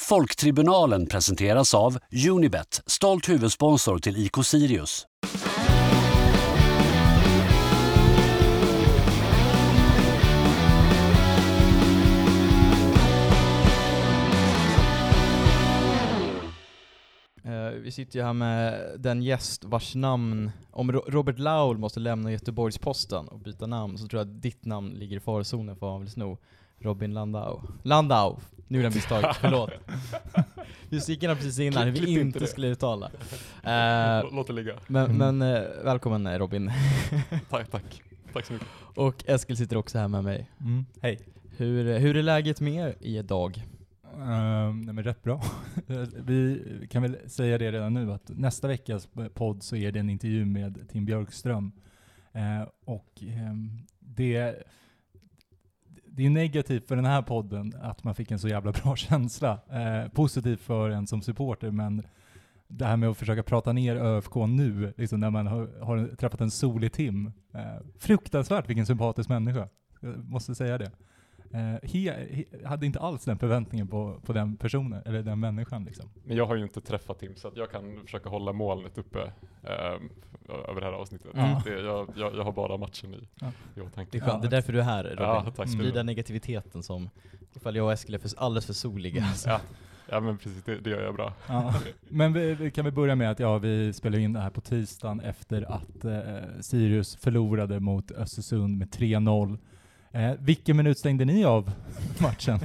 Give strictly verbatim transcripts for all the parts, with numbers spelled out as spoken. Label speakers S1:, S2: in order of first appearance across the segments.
S1: Folktribunalen presenteras av Unibet, stolt huvudsponsor till I K Sirius.
S2: Vi sitter ju här med den gäst vars namn, om Robert Laul måste lämna Göteborgs-Posten och byta namn, så tror jag att ditt namn ligger i farozonen för att vill sno. Robin Landau. Landau! Nu är det misstag, förlåt. Musiken har precis innan, hur vi inte det. skulle uttala. Uh,
S3: Låt det ligga.
S2: Men, men uh, välkommen Robin.
S3: Tack, tack. Tack så mycket.
S2: Och Eskil sitter också här med mig.
S4: Mm. Hej.
S2: Hur, hur är läget med er i dag?
S4: Uh, nej men rätt bra. Vi kan väl säga det redan nu att nästa veckas podd så är det en intervju med Tim Björkström. Uh, och um, det, det är negativt för den här podden att man fick en så jävla bra känsla. Uh, positivt för en som supporter, men det här med att försöka prata ner ÖFK nu, liksom när man har, har träffat en solig Tim. Uh, fruktansvärt vilken sympatisk människa. Jag måste säga det. Uh, he, he, hade inte alls den förväntningen på, på den personen eller den människan liksom.
S3: Men jag har ju inte träffat Tim, så att jag kan försöka hålla molnet uppe um, över det här avsnittet.
S2: Mm.
S3: Det, jag, jag, jag har bara matchen i,
S4: ja.
S3: i åtanke.
S2: Det är skönt, det är därför du är här, Robin.
S3: Ja, tack.
S2: Sprida negativiteten som ifall jag och Eskil är för, alldeles för soliga. Alltså.
S3: Ja. Ja, men precis, det, det gör jag bra.
S4: Ja. Men vi, vi kan vi börja med att ja, vi spelar in det här på tisdagen efter att eh, Sirius förlorade mot Östersund med tre noll. Eh, vilken minut stängde ni av matchen?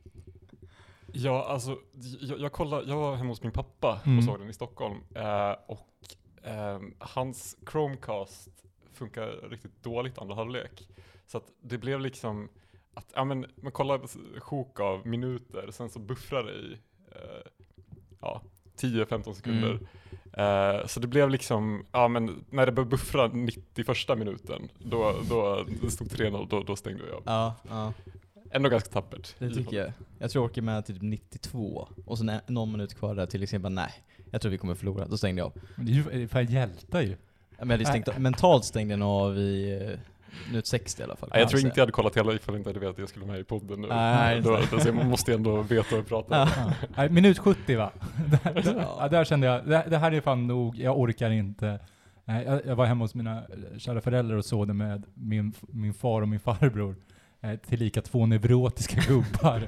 S3: Ja, alltså, jag, jag, kollade, jag var hemma hos min pappa
S4: mm.
S3: och såg den i Stockholm. Eh, och eh, hans Chromecast funkar riktigt dåligt andra halvlek. Så att det blev liksom att ja, men, man kollade sjok av minuter, sen så buffrade det i eh, ja, tio femton sekunder. Mm. Uh, så det blev liksom, ja men när det började buffra nittioförsta minuten, då, då det stod tre noll, då, då stängde jag av.
S2: Ja, ja.
S3: Ändå ganska tappert.
S2: Det tycker jag. Jag tror jag åker med till typ nittiotvå. Och sen är någon minut kvar där till exempel, nej, jag tror vi kommer förlora. Då stängde jag av.
S4: Men det är ju fan hjälta ju.
S2: Men jag stängt, mentalt stängde jag av i uh, minut sextio i alla fall.
S3: Ja, jag tror inte jag hade kollat hela ifall jag inte hade vetat att jag skulle med i podden nu.
S2: Nej,
S3: då, då, så man måste ändå veta och prata.
S4: Ja. Ja, minut sjuttio va? där, ja, där kände jag, det, det här är fan nog, jag orkar inte. Jag, jag var hemma hos mina kära föräldrar och såg det med min, min far och min farbror. Tillika två neurotiska gubbar.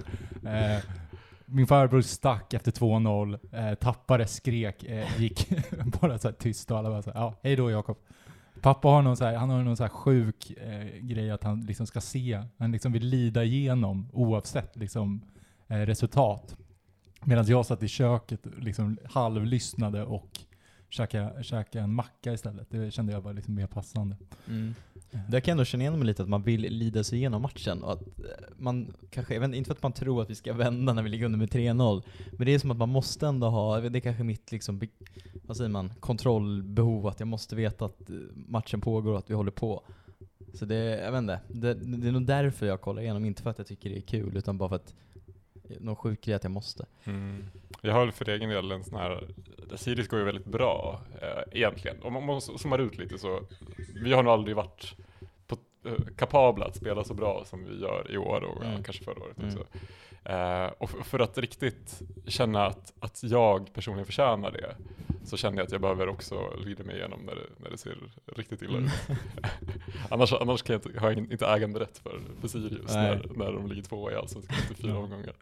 S4: Min farbror stack efter två noll, tappade, skrek, gick bara så här tyst och alla bara så här, ja, hej då Jakob. Pappa har någon så här, han har någon så här sjuk eh, grej att han liksom ska se, han liksom vill lida igenom oavsett liksom eh, resultat. Medan jag satt i köket liksom halvlyssnade och käkade, käkade en macka istället. Det kände jag var liksom mer passande.
S2: Mm. Det kan jag ändå känna igen mig lite att man vill lida sig igenom matchen och att man kanske, jag vet inte för att man tror att vi ska vända när vi ligger under med tre noll, men det är som att man måste ändå ha, det är kanske mitt liksom, vad säger man, kontrollbehov, att jag måste veta att matchen pågår och att vi håller på. Så det, jag vet inte, det, det är nog därför jag kollar igenom, inte för att jag tycker det är kul utan bara för att någon sjuk grej att jag måste.
S3: Mm. Jag har för egen del en sån här, Sirius går ju väldigt bra eh, egentligen. Om man måste zooma ut lite så, vi har nog aldrig varit på, eh, kapabla att spela så bra som vi gör i år och mm. ja, kanske förra året också. Mm. Eh, och f- för att riktigt känna att, att jag personligen förtjänar det, så känner jag att jag behöver också lida mig igenom när det, när det ser riktigt illa ut. Mm. annars, annars kan jag inte, har jag inte äganderätt för, för Sirius när, när de ligger två i Allsvenskan efter fyra omgångar.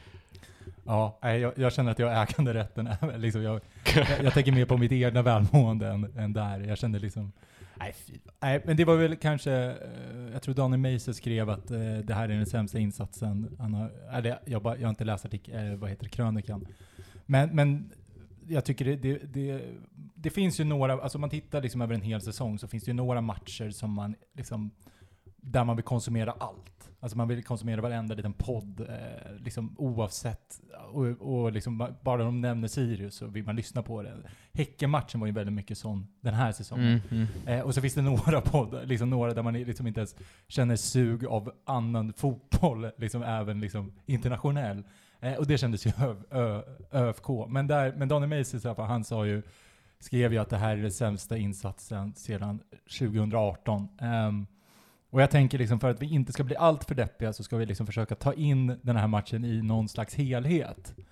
S4: Ja, jag, jag känner att jag ägande rätten. Liksom jag, jag, jag tänker mer på mitt egna välmående än, än där. Jag kände liksom, nej, nej, men det var väl kanske, jag tror Daniel Meiser skrev att eh, det här är den sämsta insatsen. Han har, eller, jag, bara, jag har inte läst artik, eh, vad heter det, krönikan. Men, men jag tycker det, det, det, det finns ju några, alltså man tittar liksom över en hel säsong så finns det ju några matcher som man liksom, där man vill konsumera allt. Alltså man vill konsumera varenda liten podd eh, liksom oavsett och, och liksom bara de nämner Sirius så vill man lyssna på det. Häckenmatchen var ju väldigt mycket sån den här säsongen. Mm, mm. Eh, och så finns det några poddar, liksom några där man liksom inte ens känner sug av annan fotboll, liksom även liksom internationell. Eh, och det kändes ju ö, ö, ÖFK. Men, där, men Daniel Meiser, han sa ju, skrev ju att det här är den sämsta insatsen sedan tjugoarton. Um, och jag tänker liksom för att vi inte ska bli allt för deppiga så ska vi liksom försöka ta in den här matchen i någon slags helhet.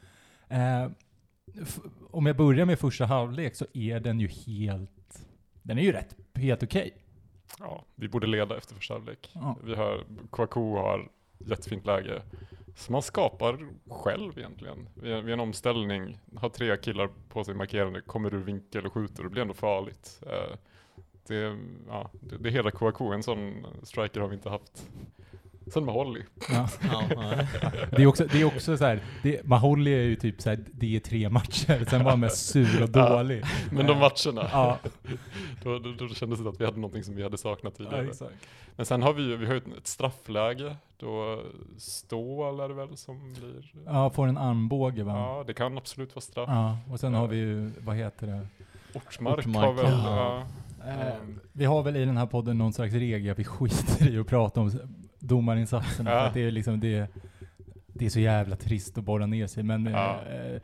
S4: Eh, f- om jag börjar med första halvlek så är den ju helt, den är ju rätt, helt okej.
S3: Ja, vi borde leda efter första halvlek.
S4: Ja.
S3: Vi har, Kouakou har jättefint läge som man skapar själv egentligen. Vid, vid en omställning, har tre killar på sig markerande, kommer ur vinkel och skjuter, det blir ändå farligt. Eh, det, ja, det, det är hela Kouakou, en sån striker har vi inte haft sen Maholi.
S4: Ja.
S2: Ja, ja.
S4: Det är också, det är också så här, det, Maholi är ju typ så här, det är tre matcher, sen var han mest sur och dålig.
S3: Men de matcherna,
S4: Ja,
S3: då, då, då kändes det att vi hade någonting som vi hade saknat
S4: ja,
S3: tidigare.
S4: exakt.
S3: Men sen har vi ju vi har ju ett, ett straffläge, då Stål är det väl som blir...
S4: Ja, får en armbåge va?
S3: Ja, det kan absolut vara straff.
S4: Ja, och sen har vi ju, vad heter det?
S3: Ortmark,
S2: Ortmark,
S3: har väl...
S2: ja.
S3: Ja.
S4: Eh, vi har väl i den här podden någon slags regel att vi skiter i att prata om domarinsatserna.
S3: Ja.
S4: För att det är liksom det, det är så jävla trist att borra ner sig. Men
S3: Ja.
S4: eh,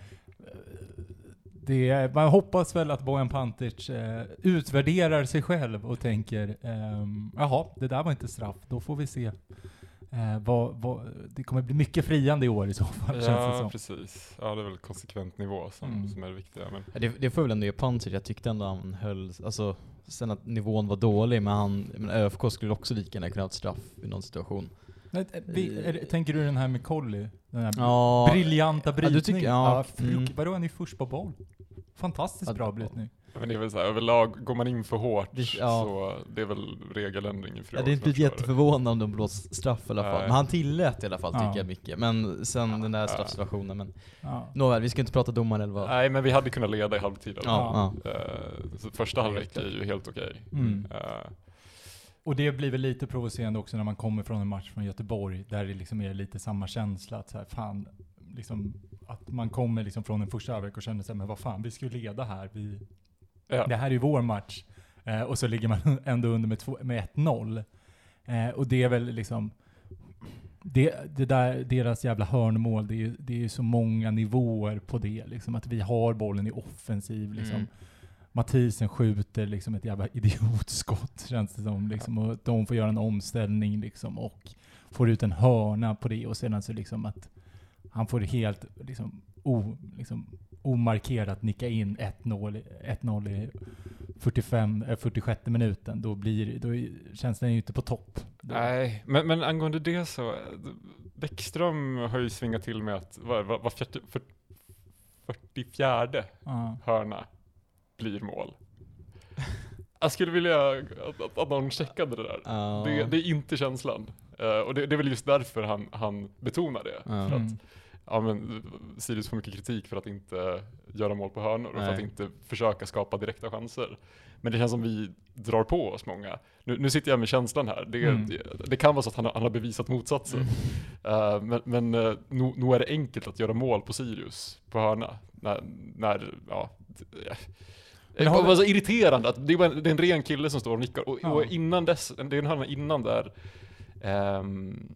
S4: det är, man hoppas väl att Bojan Pantic eh, utvärderar sig själv och tänker ehm, jaha, det där var inte straff. Då får vi se. Eh, vad, vad, det kommer bli mycket friande i år i så fall, känns det
S3: Ja,
S4: som.
S3: precis. Ja, det är väl konsekvent nivå som,
S4: Mm.
S3: som är det viktiga. Men
S2: Ja, Det, det får väl ändå ge Pantic. Jag tyckte ändå han höll, alltså sen att nivån var dålig, men han, men ÖFK skulle också lika gärna kunna ha ett straff i någon situation.
S4: Nej, eh, vi, är, det- tänker du den här med Colli? Den här
S2: Ja,
S4: briljanta
S2: ja,
S4: brytning?
S2: du tycker- ja,
S4: fruk-
S2: mm.
S4: Vadå, han är först på boll. Fantastiskt
S2: Ja,
S4: bra brytning.
S3: Men det är väl så här, överlag, går man in för hårt
S2: Det- ja.
S3: så det är väl regeländring i fjol.
S2: ja, det är inte
S3: som jag förstår
S2: jätteförvånande om de blåst straff i alla fall.
S3: Nej.
S2: Men han tillät i alla fall, tycker
S4: Ja.
S2: jag mycket. Men sen
S3: Ja,
S2: den där
S3: ja.
S2: straffsituationen. Men
S4: Ja.
S2: nåväl, vi ska inte prata domare eller
S3: det.
S2: vad.
S3: Nej, men vi hade kunnat leda i halvtid. i alla fall.
S2: Ja, ja.
S3: Eh, så första halvlek är ju helt okej.
S4: Mm.
S3: Eh,
S4: Och det blir väl lite provocerande också när man kommer från en match från Göteborg där det liksom är lite samma känsla att så här, fan, liksom, att man kommer liksom från en första halvlek och känner sig, men vad fan, vi ska ju leda här. Vi,
S3: ja.
S4: Det här är ju vår match. Eh, och så ligger man ändå under med, två, med ett noll. Eh, och det är väl liksom, det, det där, deras jävla hörnmål, det är ju det är ju så många nivåer på det. Liksom, att vi har bollen i offensiv. Liksom.
S2: Mm.
S4: Mathisen skjuter liksom ett jävla idiotskott, känns det som. Liksom, och de får göra en omställning liksom, och får ut en hörna på det. Och sedan så liksom att han får helt liksom, o, liksom, omarkerat nicka in ett noll, ett noll i fyrtiofem, äh, fyrtiosjätte minuten. Då, blir, då känns den ju inte på topp. Då.
S3: Nej, men, men angående det så, eh, Bäckström har ju svingat till med att var, var, var fjärde, för, fyrtiofjärde
S4: Ja.
S3: hörna blir mål. Jag skulle vilja att, att, att någon checkade det där.
S2: Ja.
S3: Det, det är inte känslan. Eh, och det, det är väl just därför han, han betonar det.
S2: Ja.
S3: För att,
S4: Mm.
S3: ja, men Sirius får mycket kritik för att inte göra mål på hörnor och för
S2: Nej.
S3: att inte försöka skapa direkta chanser. Men det känns som vi drar på oss många. Nu, nu sitter jag med känslan här. Det,
S4: Mm.
S3: det, det kan vara så att han, har- han har bevisat motsatsen. Eh, men men uh, nog nog är det enkelt att göra mål på Sirius på hörna. När, när ja... d- ja. Det
S4: Men har
S3: var
S4: vi-
S3: så irriterande att det, var en, det är en ren kille som står och nickar. Och,
S4: Ja.
S3: och innan dess, det är en hörna innan där... ehm,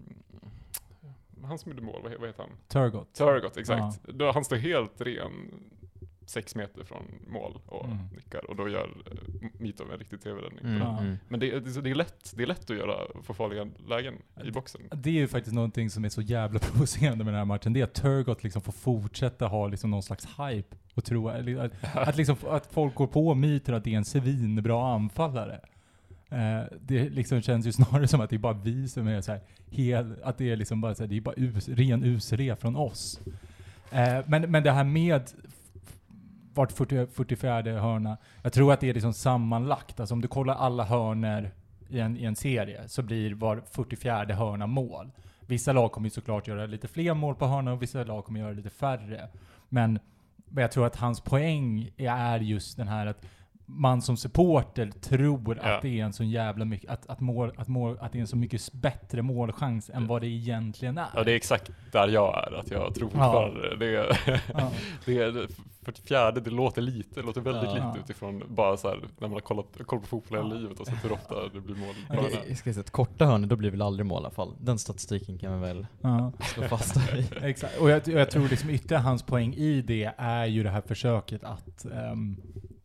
S3: han som gjorde mål, vad, he- vad heter han?
S4: Turgott.
S3: Turgott, exakt. Då han står helt ren sex meter från mål och
S4: Mm.
S3: nickar. Och då gör uh, Mitov en riktig tv-räddning.
S2: Mm,
S4: Ja.
S2: mm.
S3: Men det, det, det, är lätt, det är lätt att göra, få farliga lägen i boxen.
S4: Det är ju faktiskt någonting som är så jävla provocerande med den här matchen. Det är att Turgott liksom får fortsätta ha liksom någon slags hype och tro eller att, att, liksom, att folk går på myten att det är en svinbra anfallare. Eh, det liksom känns ju snarare som att det är bara vi som är så här hel, att det är liksom bara så här, det är bara us, ren usre från oss. Eh, men, men det här med vart fyrtio, fyrtiofjärde hörna, jag tror att det är liksom sammanlagt. Alltså om du kollar alla hörnor i en, i en serie så blir var fyrtiofjärde hörna mål. Vissa lag kommer ju såklart göra lite fler mål på hörna och vissa lag kommer göra lite färre. Men, men jag tror att hans poäng är just den här att man som supporter tror
S3: Ja.
S4: att det är en så jävla mycket, att, att, mål, att, mål, att det är en så mycket bättre målchans än vad det egentligen är.
S3: Ja, det är exakt där jag är. Att jag tror fortfarande det. Är,
S4: Ja.
S3: det är fyrtiofjärde, det låter lite, det låter väldigt
S2: Ja.
S3: lite utifrån bara så här, när man har kollat, koll på fotboll hela
S4: Ja.
S3: livet och sett hur ofta det blir mål.
S4: Ja,
S3: Bara
S2: Det-
S3: där.
S2: Jag ska säga att korta hörnor, då blir väl aldrig mål i alla fall. Den statistiken kan man väl
S4: Ja.
S2: slå fast där i.
S4: Exakt. Och jag, jag tror liksom ytterligare hans poäng i det är ju det här försöket att ehm,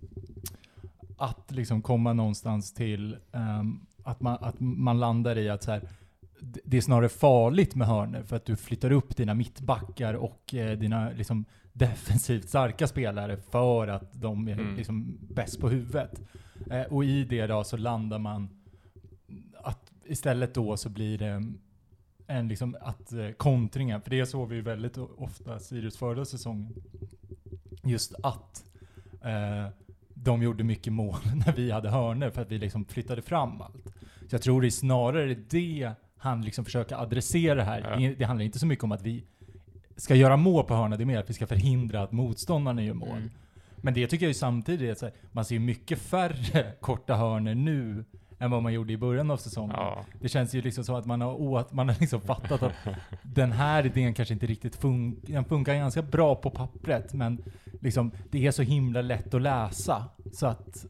S4: att liksom komma någonstans till ehm, att, man, att man landar i att så här, d- det är snarare farligt med hörnor för att du flyttar upp dina mittbackar och eh, dina liksom defensivt starka spelare för att de är
S3: Mm.
S4: liksom bäst på huvudet. Eh, och i det då så landar man att istället då så blir det en liksom att eh, kontringen, för det såg vi ju väldigt o- ofta Sirius förra säsongen, just att eh, de gjorde mycket mål när vi hade hörnor för att vi liksom flyttade fram allt. Så jag tror det är snarare det han liksom försöker adressera här.
S3: Ja.
S4: Det, det handlar inte så mycket om att vi ska göra mål på hörna, det är mer att vi ska förhindra att motståndarna gör mål.
S2: Mm.
S4: Men det tycker jag ju samtidigt, så här, man ser ju mycket färre korta hörnor nu än vad man gjorde i början av säsongen.
S3: Ja.
S4: Det känns ju liksom så att man har, åt, man har liksom fattat att den här idén kanske inte riktigt funkar. Den funkar ganska bra på pappret, men liksom, det är så himla lätt att läsa. Så att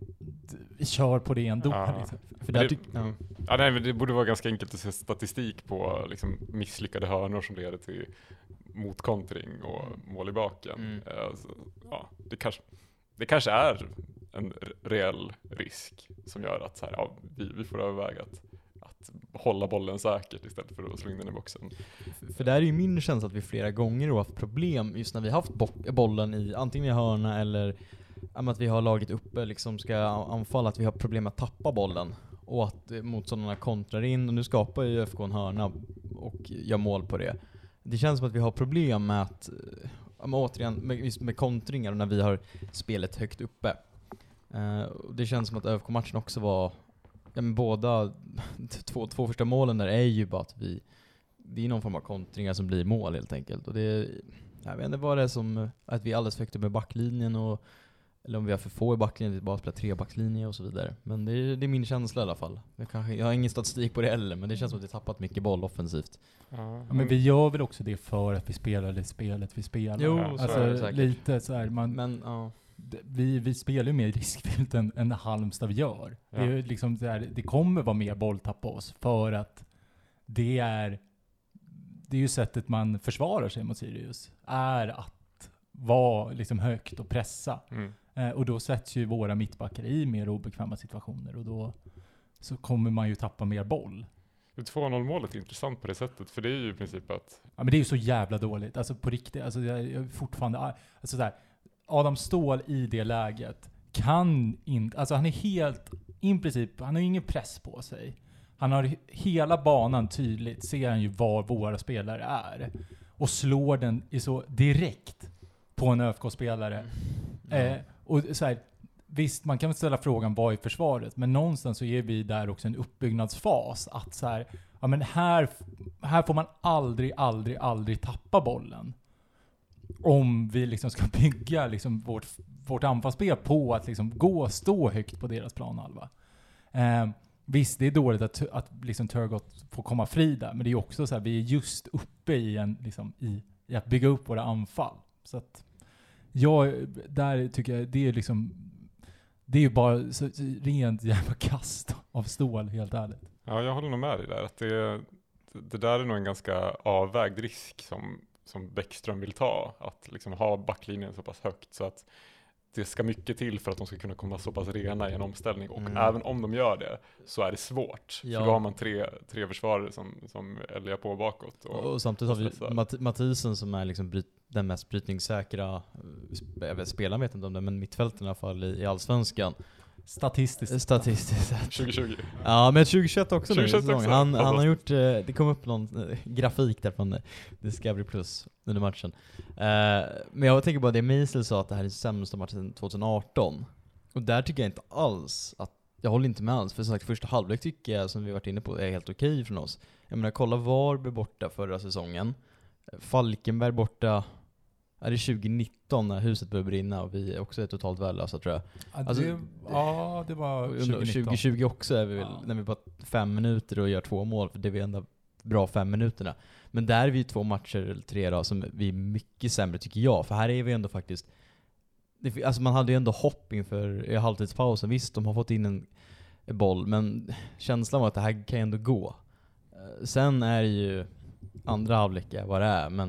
S4: d- vi kör på det ändå.
S3: Ja.
S4: Liksom.
S2: För
S3: Men
S2: där
S3: det,
S2: tyck- ja.
S3: mm. ja, nej, men det borde vara ganska enkelt att se statistik på liksom, misslyckade hörnor som leder till motkontring och mål i baken.
S2: Mm.
S3: Eh, så, ja, det, kanske, det kanske är en r- reell risk som gör att så här, ja, vi, vi får överväga att, att hålla bollen säkert istället för att slå in den i boxen.
S2: För där är ju min känsla att vi flera gånger har haft problem just när vi haft bo- bollen i antingen i hörna eller ja, men att vi har laget uppe liksom ska anfalla, att vi har problem med att tappa bollen och att eh, motståndarna kontrar in, och nu skapar ju F K en hörna och gör mål på det. Det känns som att vi har problem med att eh, ja, men återigen med, just med kontringar och när vi har spelet högt uppe. Eh, och det känns som att Ö F K-matchen också var ja, men båda två, två första målen där är ju bara att vi det är någon form av kontringar som blir mål helt enkelt. Och det, jag vet inte vad det är som, att vi är alldeles för högt upp med backlinjen och, eller om vi har för få i backlinjen, vi bara spelar tre backlinjer och så vidare. Men det är, det är min känsla i alla fall. Jag, kanske, jag har ingen statistik på det heller, men det känns som att vi tappat mycket boll offensivt.
S3: Ja,
S4: Ja, men vi gör väl också det för att vi spelar det spelet vi spelar.
S2: Jo,
S3: Ja,
S2: så
S4: alltså,
S2: är det säkert.
S4: lite så här, man,
S2: Men ja,
S4: d- vi, vi spelar ju mer riskfyllt än, än Halmstad gör.
S3: Ja.
S4: Det, är ju liksom så här, det kommer vara mer bolltapp på oss för att det är det är ju sättet man försvarar sig mot Sirius, är att vara liksom högt och pressa.
S3: Mm.
S4: Eh, och då sätts ju våra mittbackar i mer obekväma situationer och då så kommer man ju tappa mer boll.
S3: två noll målet är intressant på det sättet, för det är ju i princip att
S4: Ja, men det är ju så jävla dåligt. Alltså på riktigt, alltså jag är fortfarande alltså så här, Adam Ståhl i det läget kan inte, alltså han är helt i princip, han har ju ingen press på sig. Han har hela banan tydligt, ser han ju var våra spelare är och slår den i så direkt på en Ö F K-spelare.
S2: Mm.
S4: Eh, och så här, visst, man kan ställa frågan vad är försvaret, men någonstans så är vi där också en uppbyggnadsfas att så här, ja men här, här får man aldrig, aldrig, aldrig tappa bollen. Om vi liksom ska bygga liksom vårt, vårt anfallsspel på att liksom gå och stå högt på deras planhalva. Eh, visst, det är dåligt att, att liksom Turgott får komma fri där, men det är också så här, vi är just uppe i, en, liksom, i, i att bygga upp våra anfall. Så att jag, där tycker jag, det är liksom, det är ju bara så, så rent jävla kast av Stål, helt ärligt.
S3: ja, jag håller nog med dig där. Att det, det där är nog en ganska avvägd risk som, som Bäckström vill ta. Att liksom ha backlinjen så pass högt så att det ska mycket till för att de ska kunna komma så pass rena i en omställning. Och
S2: Mm.
S3: även om de gör det så är det svårt.
S2: Ja.
S3: För då har man tre, tre försvarare som, som älgar på bakåt. Och,
S2: Och, och samtidigt har vi
S3: stressar.
S2: Matt- Mathisen som är liksom bryt, den mest brytningssäkra eh, sp- jag vet, spelaren, vet inte om det, men mittfälten i alla fall i, i Allsvenskan.
S4: Statistiskt.
S2: Statistiskt sett.
S3: tjugo tjugo.
S2: Ja, men tjugohundratjugoett också nu i
S3: tjugohundratjugoett
S2: säsongen.
S3: också.
S2: Han, han har
S3: Fantastiskt.
S2: gjort, eh, det kom upp någon eh, grafik där från eh, Discovery Plus under matchen. Eh, men jag tänker bara det Meisel sa att det här är den sämsta matchen tjugo arton. Och där tycker jag inte alls att, jag håller inte med alls. För som sagt, första halvlek tycker jag, som vi varit inne på, är helt okej från oss. Jag menar, kolla Varberg borta förra säsongen. Falkenberg borta, är det tjugo nitton när huset börjar brinna och vi är också är totalt värdelösa, tror jag.
S4: Ja, det,
S2: Alltså-
S4: ja, det var tjugonitton.
S2: tjugo tjugo också är vi väl,
S4: Ja.
S2: när vi bara fem minuter och gör två mål, för det är vi enda bra fem minuterna. Men där är vi ju två matcher eller tre då som vi är mycket sämre, tycker jag. För här är vi ändå faktiskt, det, alltså man hade ju ändå hopp inför i halvtidspausen. Visst, de har fått in en, en boll, men känslan var att det här kan ju ändå gå. Eh, Sen är det ju andra halvlekar vad det är, men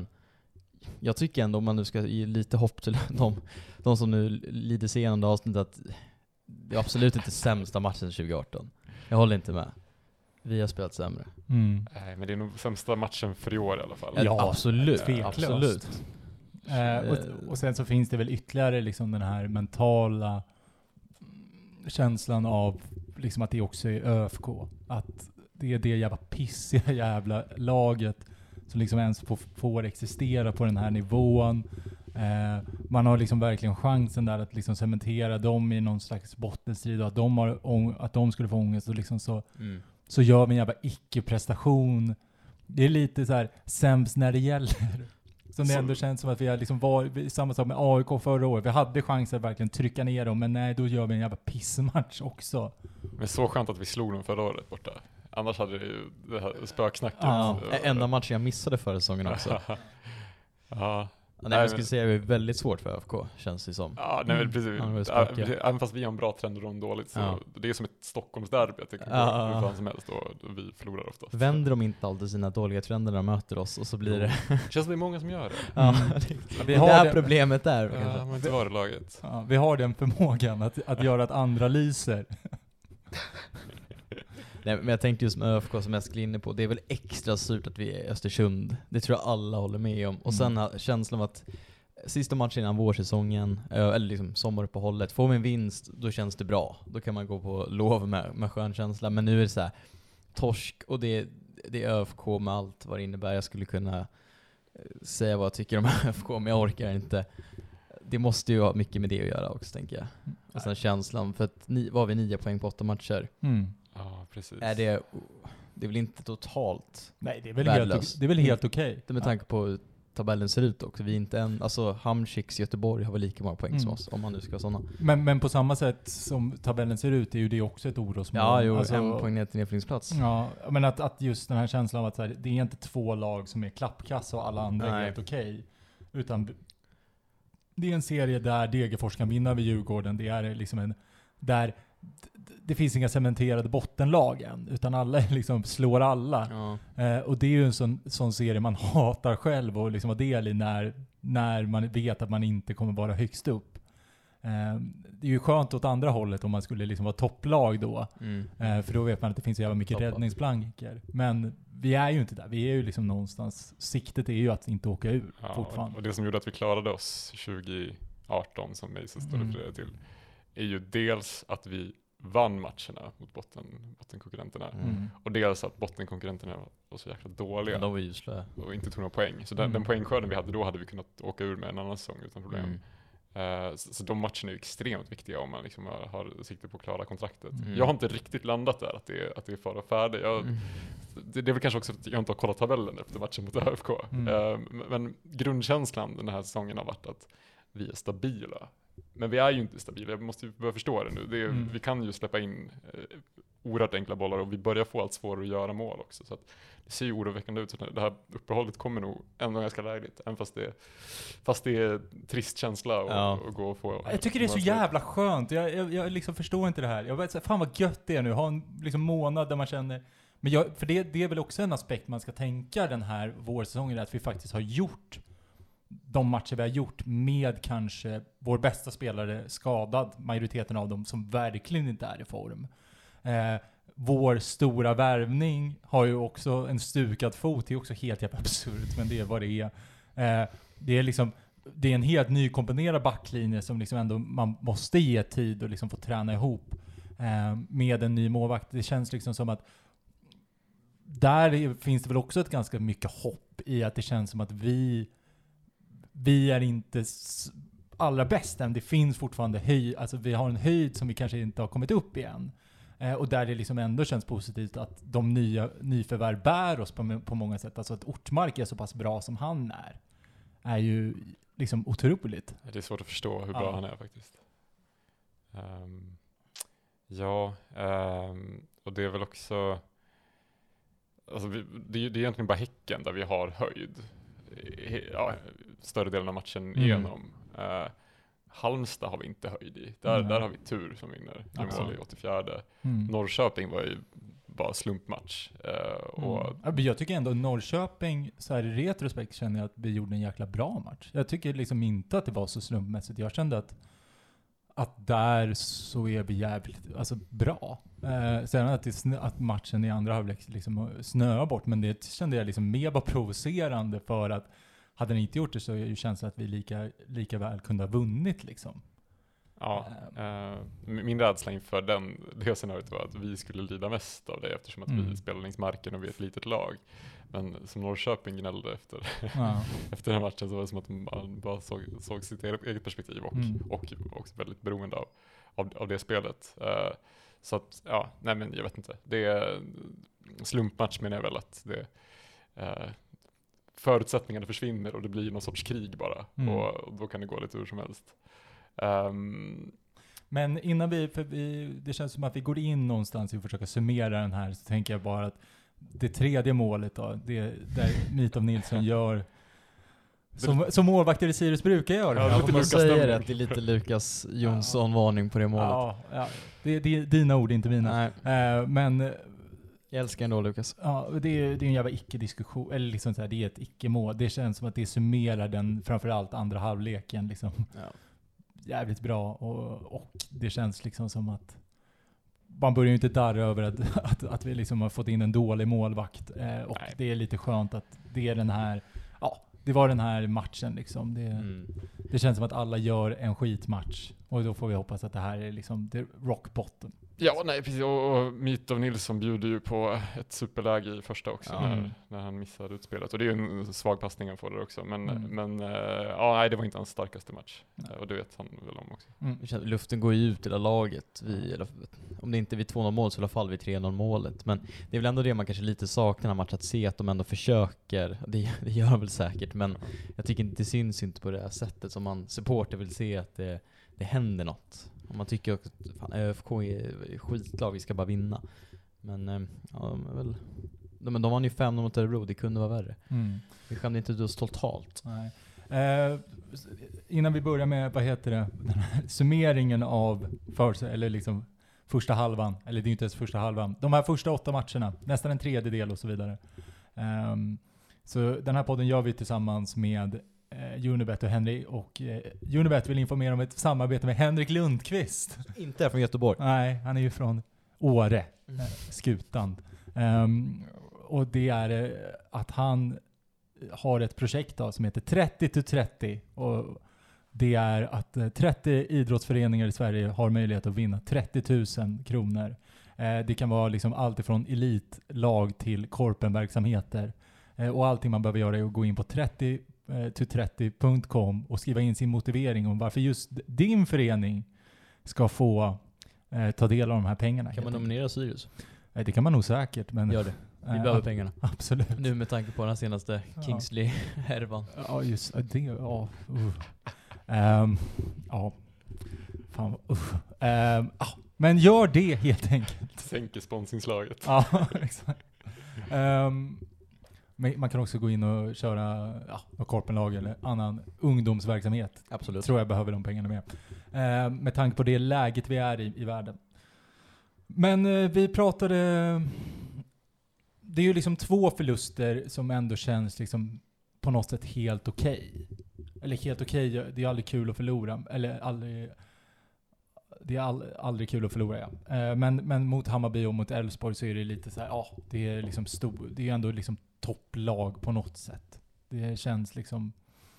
S2: jag tycker ändå, om man nu ska ge lite hopp till de, de som nu lider sig igenom det avsnittet, att det är absolut inte sämsta matchen tjugo arton. Jag håller inte med. Vi har spelat sämre.
S4: Mm.
S3: Nej, men det är nog sämsta matchen för i år i alla fall.
S2: Ja,
S4: Ja,
S2: absolut.
S4: tveklöst.
S2: Absolut.
S4: Eh, och, och sen så finns det väl ytterligare liksom den här mentala känslan av liksom att det också är ÖFK. Att det är det jävla pissiga jävla laget som liksom ens får, får existera på den här nivån. Eh, man har liksom verkligen chansen där att liksom cementera dem i någon slags bottenstrid och att de, har ång- att de skulle få ångest och liksom så, mm. så gör vi en jävla icke-prestation. Det är lite så här sämst när det gäller. Som det ändå känns som att vi har liksom varit samma sak med A I K förra året. Vi hade chansen att verkligen trycka ner dem, men nej, då gör vi en jävla pissmatch också.
S3: Men så skönt att vi slog dem förra året borta. Annars hade det ju det här spöksnacket.
S2: Ja, enda matchen jag missade förra säsongen också.
S3: Ja.
S2: Ja, nej, jag skulle säga att det är väldigt svårt för ÖFK, känns det som.
S3: Ja, nej, men precis.
S2: Ja,
S3: även fast vi har en bra trend och de dåligt, så ja. Det är som ett Stockholmsderby, jag tycker,
S2: ja.
S3: hur fan som helst, och vi förlorar oftast.
S2: Vänder de inte alltid sina dåliga trender när de möter oss, och så blir det...
S3: Det känns som det är många som gör det.
S2: Ja,
S3: mm.
S2: det, det är där det problemet är.
S3: Ja, men inte var det laget.
S4: Ja, vi har den förmågan att, att göra att andra lyser.
S2: Nej, men jag tänkte just med ÖFK som jag skulle inne på, det är väl extra surt att vi är i Östersund. Det tror jag alla håller med om. Och sen har känslan av att sista matchen innan vårsäsongen, eller liksom sommaruppehållet, får vi en vinst, då känns det bra. Då kan man gå på lov med, med skön känsla. Men nu är det så här, torsk, och det, det är ÖFK med allt vad det innebär. Jag skulle kunna säga vad jag tycker om ÖFK, men jag orkar inte. Det måste ju ha mycket med det att göra också, tänker jag. Och sen känslan, för att ni, var vi nio poäng på åtta matcher.
S4: Mm.
S3: Ja, precis.
S2: Är det, det är väl inte totalt.
S4: Nej, det är väl helt, det är väl helt okej. Okay.
S2: Det med tanke på hur tabellen ser ut också. Vi är inte en, alltså Hamsiks Göteborg har väl lika många poäng mm. som oss, om man nu ska ha sådana.
S4: Men, men på samma sätt som tabellen ser ut är ju det också ett orosmål.
S2: Ja, jo,
S4: alltså,
S2: en poäng ner till nedflyttningsplats.
S4: Ja, men att, att just den här känslan av att så här, det är inte två lag som är klappkassa och alla andra
S2: Nej.
S4: är helt okej. Okay, utan det är en serie där Degerfors kan vinna vid Djurgården. Det är liksom en, där det finns inga cementerade bottenlag än, utan alla liksom slår alla. Ja. Eh, och det är ju en sån, sån serie man hatar själv och liksom vara del i när, när man vet att man inte kommer vara högst upp. Eh, det är ju skönt åt andra hållet om man skulle liksom vara topplag då. Mm. Eh, för då vet man att det finns jävla mycket Toppa. räddningsplankor. Men vi är ju inte där. Vi är ju liksom någonstans, siktet är ju att inte åka ur ja, fortfarande.
S3: Och det som gjorde att vi klarade oss tjugo arton, som Mejse står mm. refererade till, är ju dels att vi vann matcherna mot botten, bottenkonkurrenterna. Mm. Och dels att bottenkonkurrenterna var så jäkla dåliga.
S2: Ja, de var ju slö.
S3: Och inte tog några poäng. Så den, mm. den poängskörden vi hade då hade vi kunnat åka ur med en annan säsong utan problem. Mm. Uh, så, så de matcherna är extremt viktiga om man liksom har, har sikte på att klara kontraktet. Mm. Jag har inte riktigt landat där att det är, att det är fara och färdig. Jag, mm. det, det är väl kanske också att jag inte har kollat tabellen efter matchen mot ÖFK. Mm. Uh, men grundkänslan den här säsongen har varit att vi är stabila. Men vi är ju inte stabila, jag måste ju börja förstå det nu. Det är, mm. Vi kan ju släppa in eh, oerhört enkla bollar och vi börjar få allt svårare att göra mål också. Så att det ser ju oroväckande ut. Så det här uppehållet kommer nog ändå ganska lägligt. Även fast det, fast det är trist känsla att ja. gå och få...
S4: Jag tycker det är så jävla skönt. Jag, jag, jag liksom förstår inte det här. Jag vet inte, fan vad gött det är nu. Ha en liksom månad där man känner... Men jag, för det, det är väl också en aspekt man ska tänka den här vårsäsongen. Att vi faktiskt har gjort de matcher vi har gjort med kanske vår bästa spelare skadad, majoriteten av dem som verkligen inte är i form. Eh, vår stora värvning har ju också en stukad fot, det är också helt jävla absurt, men det är vad det är. Eh, det är liksom, det är en helt ny kombinerad backlinje som liksom ändå man måste ge tid och liksom få träna ihop eh, med en ny målvakt. Det känns liksom som att där finns det väl också ett ganska mycket hopp i att det känns som att vi Vi är inte allra bäst än. Det finns fortfarande höjd. Alltså vi har en höjd som vi kanske inte har kommit upp igen. Eh, och där det liksom ändå känns positivt att de nya nyförvärv bär oss på, på många sätt. Alltså att Ortmark är så pass bra som han är. Är ju liksom otroligt.
S3: Det är svårt att förstå hur bra ja. han är faktiskt. Um, ja, um, och det är väl också... Alltså vi, det, det är egentligen bara Häcken där vi har höjd. Ja, större delen av matchen mm. igenom. Uh, Halmstad har vi inte höjd i. Där, mm. där har vi tur som vinner. I mål i åttiofyra. Mm. Norrköping var ju bara slumpmatch. Uh, och
S4: mm. Jag tycker ändå Norrköping, så här i retrospekt känner jag att vi gjorde en jäkla bra match. Jag tycker liksom inte att det var så slumpmässigt. Jag kände att att där så är vi jävligt alltså, bra. Eh, sen att, det snö, att matchen i andra halvlek liksom snöar bort, men det kände jag liksom mer var provocerande för att hade den inte gjort det så är det ju känslan att vi lika, lika väl kunde ha vunnit liksom.
S3: Ja, eh, min rädsla inför den, det scenariot var att vi skulle lida mest av det eftersom att
S4: Mm.
S3: vi spelar längs marken och vi är ett litet lag. Men som Norrköping gnällde efter,
S4: Ja.
S3: efter den matchen så var det som att man bara såg, såg sitt eget, eget perspektiv och,
S4: Mm.
S3: och också väldigt beroende av, av, av det spelet. Eh, så att, ja, nej men jag vet inte. Det är slumpmatch menar jag väl att det eh, förutsättningarna försvinner och det blir någon sorts krig bara.
S4: Mm.
S3: Och, och då kan det gå lite hur som helst. Um,
S4: Men innan vi, för vi, det känns som att vi går in någonstans och försöker summera den här, så tänker jag bara att det tredje målet då, det där Mitov Nilsson gör som, som målvakter i Sirius brukar göra.
S3: Ja,
S2: Ja,
S3: lite
S2: får man
S3: Lukas
S2: säga
S3: stämning.
S2: det, att det är lite Lukas Jonsson-varning på det målet.
S4: Ja, ja. Det, det är dina ord, inte mina.
S2: Nej,
S4: Eh, men
S2: jag älskar ändå Lukas.
S4: ja, det, är, det är en jävla icke-diskussion, eller liksom så här, det är ett icke-mål. Det känns som att det summerar den, framförallt andra halvleken liksom.
S2: Ja.
S4: Jävligt bra och, och det känns liksom som att man börjar ju inte darra över att, att, att vi liksom har fått in en dålig målvakt eh, och
S3: Nej.
S4: det är lite skönt att det är den här, ja, det var den här matchen liksom. Det,
S2: Mm.
S4: det känns som att alla gör en skitmatch och då får vi hoppas att det här är liksom det rock bottom.
S3: Ja, nej precis. Och, och Mitov Nilsson bjuder ju på ett superläge i första också
S2: Ja.
S3: när,
S4: Mm.
S3: när han missar utspelet. Och det är ju en svag passning han får där också. Men,
S4: Mm.
S3: men uh, ja, nej, det var inte hans starkaste match.
S4: Nej.
S3: Uh, och det vet han väl om också.
S4: Mm.
S2: Det känns- Luften går ju ut i det laget. Vi, eller, om det inte är vid två noll mål så i alla fall vid tre noll målet. Men det är väl ändå det man kanske lite saknar den här matchen, att se att de ändå försöker. Det, det gör de väl säkert, men jag tycker inte det syns inte på det här sättet som man supporter vill se att det, det händer något. Och man tycker att fan, ÖFK är skitlag, vi ska bara vinna. Men eh, ja, de är väl... De, men de vann ju fem noll mot Örebro, det kunde vara värre.
S4: Mm.
S2: Vi skämde inte ut oss totalt.
S4: Nej. Eh, innan vi börjar med, vad heter det, den här summeringen av för, eller liksom första halvan, eller det är ju inte ens första halvan, de här första åtta matcherna, nästan en tredjedel och så vidare. Um, så den här podden gör vi tillsammans med eh, Unibet och Henrik, och eh, Unibet vill informera om ett samarbete med Henrik Lundqvist.
S2: Inte är från Göteborg.
S4: Nej, han är ju från Åre,
S2: Mm.
S4: eh, Skutan. Um, och det är eh, att han har ett projekt då, som heter trettio till trettio. Och det är att eh, trettio idrottsföreningar i Sverige har möjlighet att vinna trettio tusen kronor. Eh, det kan vara liksom allt ifrån elitlag till korpenverksamheter. Eh, och allting man behöver göra är att gå in på trettio till trettio punkt com och skriva in sin motivering om varför just din förening ska få eh, ta del av de här pengarna.
S2: Kan man nominera Sirius?
S4: Eh, det kan man nog säkert, men
S2: Gör det. Vi
S4: eh,
S2: behöver
S4: ab-
S2: pengarna.
S4: absolut.
S2: Nu med tanke på den senaste
S4: Ja.
S2: Kingsley-härvan.
S4: Ja, just det. Ja, uh. Ehm, ja. Fan, uh. Ehm, ah, men gör det helt enkelt.
S3: Sänker sponsringslaget.
S4: Ja, exakt. Ehm, men man kan också gå in och köra ja, något korpenlag eller annan ungdomsverksamhet.
S2: Absolut.
S4: Tror jag behöver de pengarna med. Ehm, med tanke på det läget vi är i i världen. Men eh, vi pratade... Det är ju liksom två förluster som ändå känns liksom på något sätt helt okej. Eller helt okej, det är aldrig kul att förlora. Eller aldrig... Det är all, aldrig kul att förlora, ja. Eh, men, men mot Hammarby och mot Elfsborg så är det lite så här, ja, det är liksom stor, det är ändå liksom topplag på något sätt. Det känns liksom...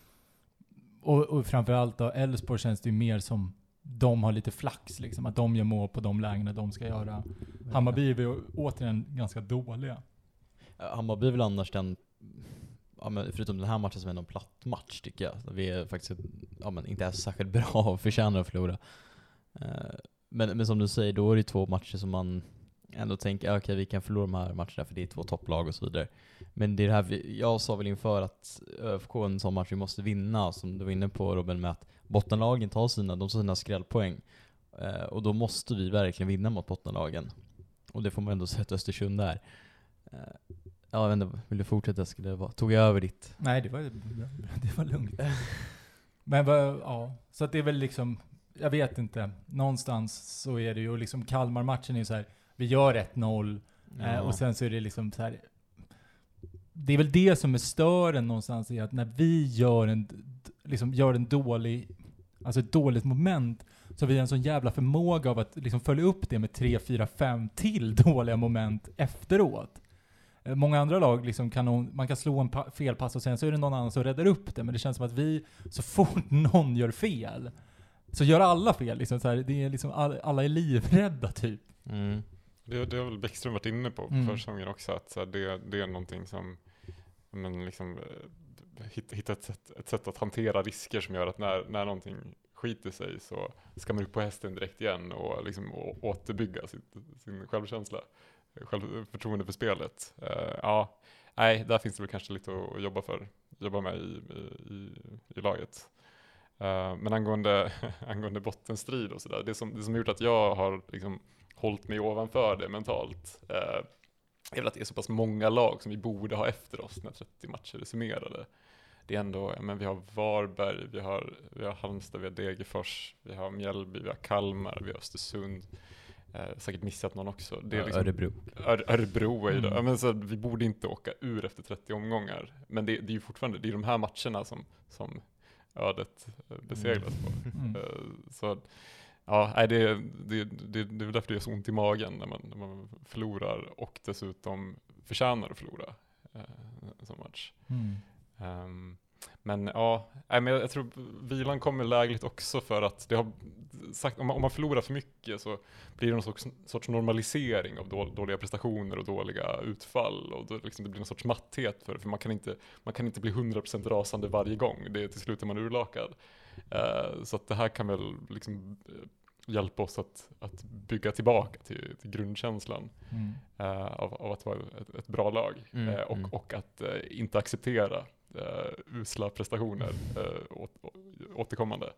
S4: Och, och framförallt då, Elfsborg känns det ju mer som de har lite flax liksom, att de gör mål på de lägena de ska göra. Hammarby är ju återigen ganska dåliga.
S2: Hammarby är väl annars den, ja, men förutom den här matchen som är en platt match tycker jag. Vi är faktiskt ja, men inte är särskilt bra och förtjänar att förlora. Uh, men, men som du säger, då är det två matcher som man ändå tänker, okej okay, vi kan förlora de här matcherna för det är två topplag och så vidare. Men det är det här, vi, jag sa väl inför att ÖFK är en sån match vi måste vinna, som du var inne på Robin, med att bottenlagen tar sina, de tar sina skrällpoäng. Uh, och då måste vi verkligen vinna mot bottenlagen. Och det får man ändå säga att Östersund där. Uh, ja, jag vet inte, vill du fortsätta? Skulle vara, tog jag över ditt?
S4: Nej, det var, det var lugnt. Men vad, ja, så att det är väl liksom, jag vet inte, någonstans så är det ju, liksom Kalmar-matchen är ju så här, vi gör ett noll
S2: Ja.
S4: eh, och sen så är det liksom så här, det är väl det som är stören någonstans, i att när vi gör en, liksom gör en dålig, alltså ett dåligt moment, så har vi en sån jävla förmåga av att liksom följa upp det med tre, fyra, fem till dåliga moment efteråt. eh, många andra lag liksom kan hon, man kan slå en pa- felpass och sen så är det någon annan som räddar upp det. Men det känns som att vi, så fort någon gör fel, så gör alla fel. Liksom, så här, det är liksom all, alla är livrädda typ.
S2: Mm.
S3: Det, det har väl Bäckström varit inne på
S4: Mm.
S3: för säsongen också, att så här, det, det är någonting som, men liksom, eh, hitta, hitta ett, sätt, ett sätt att hantera risker som gör att när, när någonting skiter sig så ska man upp på hästen direkt igen och liksom å, återbygga sitt, sin självkänsla, självförtroende för spelet. Uh, ja, nej, där finns det väl kanske lite att, att jobba för, jobba med i, i, i, i laget. Uh, men angående, angående bottenstrid och sådär, det som, det som gjort att jag har liksom hållit mig ovanför det mentalt uh, är väl att det är så pass många lag som vi borde ha efter oss när trettio matcher är summerade. Det är ändå, ja, men vi har Varberg, vi har, vi har Halmstad, vi har Degerfors, vi har Mjällby, vi har Kalmar, vi har Östersund. Eh, säkert missat någon också. Det är liksom,
S2: Örebro.
S3: Ör, Örebro är ju
S4: Mm.
S3: då. Ja, men så vi borde inte åka ur efter trettio omgångar. Men det, det är ju fortfarande, det är de här matcherna som, som ödet beseglas på.
S4: Mm.
S3: Eh, så ja, nej, det, det, det, det är därför det gör så ont i magen när man, när man förlorar och dessutom förtjänar att förlora eh, en sån match.
S4: Mm.
S3: Um, men ja, nej, men jag, jag tror vilan kommer lägligt också för att det har sagt, om man, om man förlorar för mycket så blir det någon sorts, sorts normalisering av då, dåliga prestationer och dåliga utfall, och då liksom det blir en sorts matthet för, för man kan inte, man kan inte bli hundra procent rasande varje gång, det är till slut är man urlakad. Uh, så att det här kan väl liksom hjälpa oss att, att bygga tillbaka till, till grundkänslan
S4: Mm.
S3: uh, av, av att vara ett, ett bra lag.
S2: Mm,
S3: uh, och,
S2: mm.
S3: och att uh, inte acceptera uh, usla prestationer uh, åt, å, återkommande.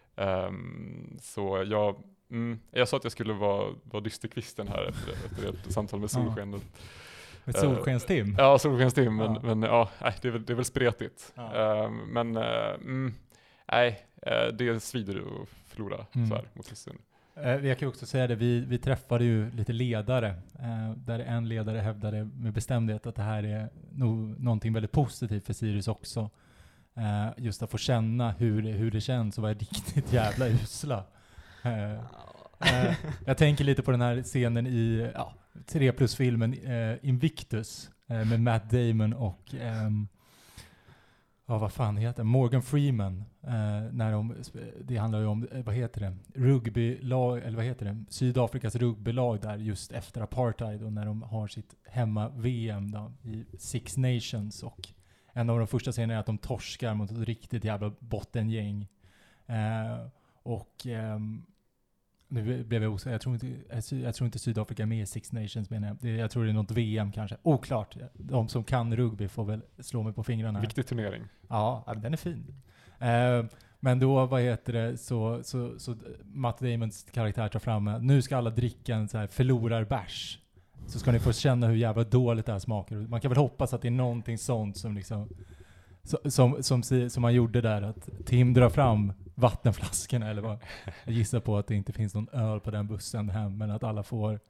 S3: Um, så jag, mm, jag sa att jag skulle vara, vara dysterkvisten här efter, efter ett samtal med Solsken.
S4: Ja. Ett solskenstim.
S3: Ja, Solskenstim, men
S4: Ja.
S3: ja, men, ja nej, det, är väl, det är väl spretigt.
S4: Ja.
S3: Um, men uh, mm, nej, uh, det svider att förlora
S4: Mm.
S3: så här mot Östersund.
S4: Eh, Jag kan också säga det, vi, vi träffade ju lite ledare, eh, där en ledare hävdade med bestämdhet att det här är nog någonting väldigt positivt för Sirius också. Eh, just att få känna hur det, hur det känns och vara riktigt jävla usla. Eh, eh, jag tänker lite på den här scenen i ja, tre plus-filmen eh, Invictus eh, med Matt Damon och ehm, ja, vad fan heter det? Morgan Freeman. Eh, när de, det handlar ju om, eh, vad heter det? Rugbylag, eller vad heter det? Sydafrikas rugbylag där just efter apartheid, och när de har sitt hemma-V M då, i Six Nations, och en av de första scenerna är att de torskar mot ett riktigt jävla bottengäng. Eh, och ehm, nu blev jag osäker. Jag tror inte, jag tror inte Sydafrika är med i Six Nations, menar jag. Det, jag tror det är något V M kanske. Oklart. De som kan rugby får väl slå mig på fingrarna här.
S3: Viktig turnering.
S4: Ja, ja, den är fin. Eh, men då, vad heter det, så, så, så Matt Damons karaktär tar fram, nu ska alla dricka en så här förlorarbärs. Så ska ni få känna hur jävla dåligt det här smakar. Man kan väl hoppas att det är någonting sånt som liksom, så, som, som, som man gjorde där, att Tim drar fram vattenflaskorna, eller vad. Jag gissar på att det inte finns någon öl på den bussen hem, men att alla får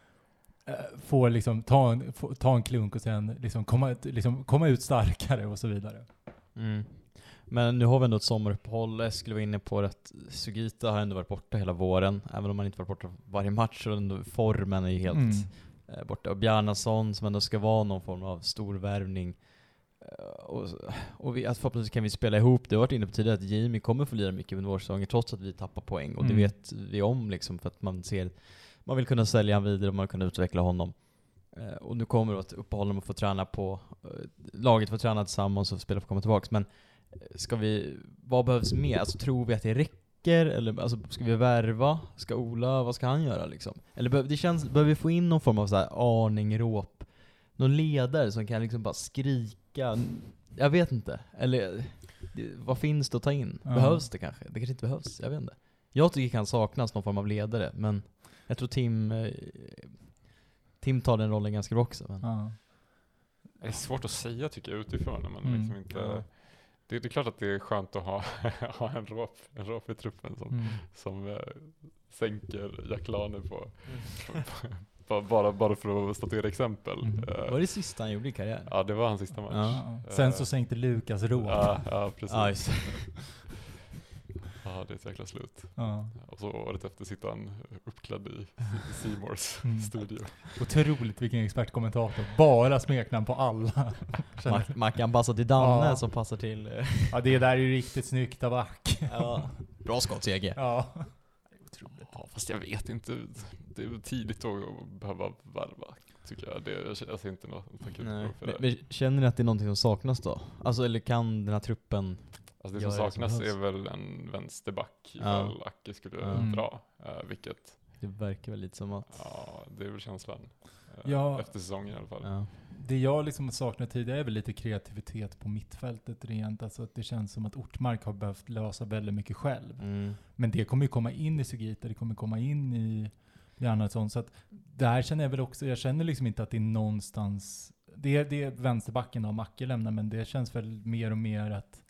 S4: får liksom ta en, få, ta en klunk och sen liksom komma, liksom komma ut starkare och så vidare.
S2: Mm. Men nu har vi ändå ett sommaruppehåll. Jag skulle vara inne på att Sugita har ändå varit borta hela våren, även om man inte varit borta varje match, och ändå formen är ju helt
S4: Mm.
S2: eh, borta. Och Bjarnason som ändå ska vara någon form av stor värvning. Eh, och och vi, att förhoppningsvis kan vi spela ihop. Det har varit inne på tidigare att Jamie kommer få lira mycket under vårsäsongen trots att vi tappar poäng. Och
S4: Mm.
S2: det vet vi om liksom, för att man ser, man vill kunna sälja han vidare och man vill kunna utveckla honom. Eh, och nu kommer det att uppehålla och få träna på, eh, laget får träna tillsammans och spela får komma tillbaka. Men ska vi, vad behövs mer? Alltså, tror vi att det räcker? Eller alltså, ska vi värva? Ska Ola, vad ska han göra liksom? Eller be- det känns, behöver vi få in någon form av så här aning, råp, någon ledare som kan liksom bara skrika? Jag vet inte. Eller det, vad finns det att ta in?
S4: Ja.
S2: Behövs det kanske? Det kanske inte behövs, jag vet inte. Jag tycker det kan saknas någon form av ledare, men jag tror Tim eh, Tim tar den rollen ganska bra också. Men.
S4: Ja.
S3: Det är svårt att säga tycker jag utifrån när man
S4: Mm.
S3: liksom inte...
S2: Ja.
S3: Det, det är klart att det är skönt att ha, ha en rap, en rap i truppen som,
S4: Mm.
S3: som eh, sänker Jack Lane på, på, bara, bara för att statuera exempel.
S4: Mm.
S3: Eh,
S2: Var det sista han gjorde i karriären?
S3: ja, det var hans sista match.
S2: Ja.
S4: Ja. Sen så sänkte Lukas rå.
S3: Ja, ja precis.
S2: Ja, just det.
S3: Ja, det är ett jäkla slut.
S4: Ja.
S3: Och så året efter sitter han uppklädd i Seymours
S4: Mm.
S3: studio.
S4: Otroligt vilken expertkommentator. Bara smeknamn på alla.
S2: Mac- Mackan passar till Danne
S4: Ja.
S2: som passar till... eh,
S4: Ja, det där är ju riktigt snyggt av Ack.
S2: ja. Bra skott, C G.
S4: Ja. Otroligt.
S3: Ja, fast jag vet inte. Det är tidigt att behöva varva, tycker jag. Det, jag ser inte något akut
S2: Nej.
S3: behov för
S2: Men,
S3: det.
S2: men känner ni att det är någonting som saknas då? Alltså, eller kan den här truppen...
S3: Alltså det
S2: gör
S3: som
S2: det som
S3: saknas
S2: behövs?
S3: är väl en vänsterback
S2: Ja.
S3: ifall Acke skulle
S2: Mm.
S3: dra. Uh, vilket,
S2: Det verkar väl lite som att...
S3: ja, det är väl känslan. Uh,
S4: Ja.
S3: Efter säsongen i alla fall.
S2: Ja.
S4: Det jag liksom saknat tidigare är väl lite kreativitet på mittfältet rent. Alltså att det känns som att Ortmark har behövt lösa väldigt mycket själv.
S2: Mm.
S4: Men det kommer ju komma in i Sugita, det kommer komma in i, i annat sånt. Så att där känner jag väl också, jag känner liksom inte att det är någonstans, det är, det är vänsterbacken av Macke lämnar, men det känns väl mer och mer att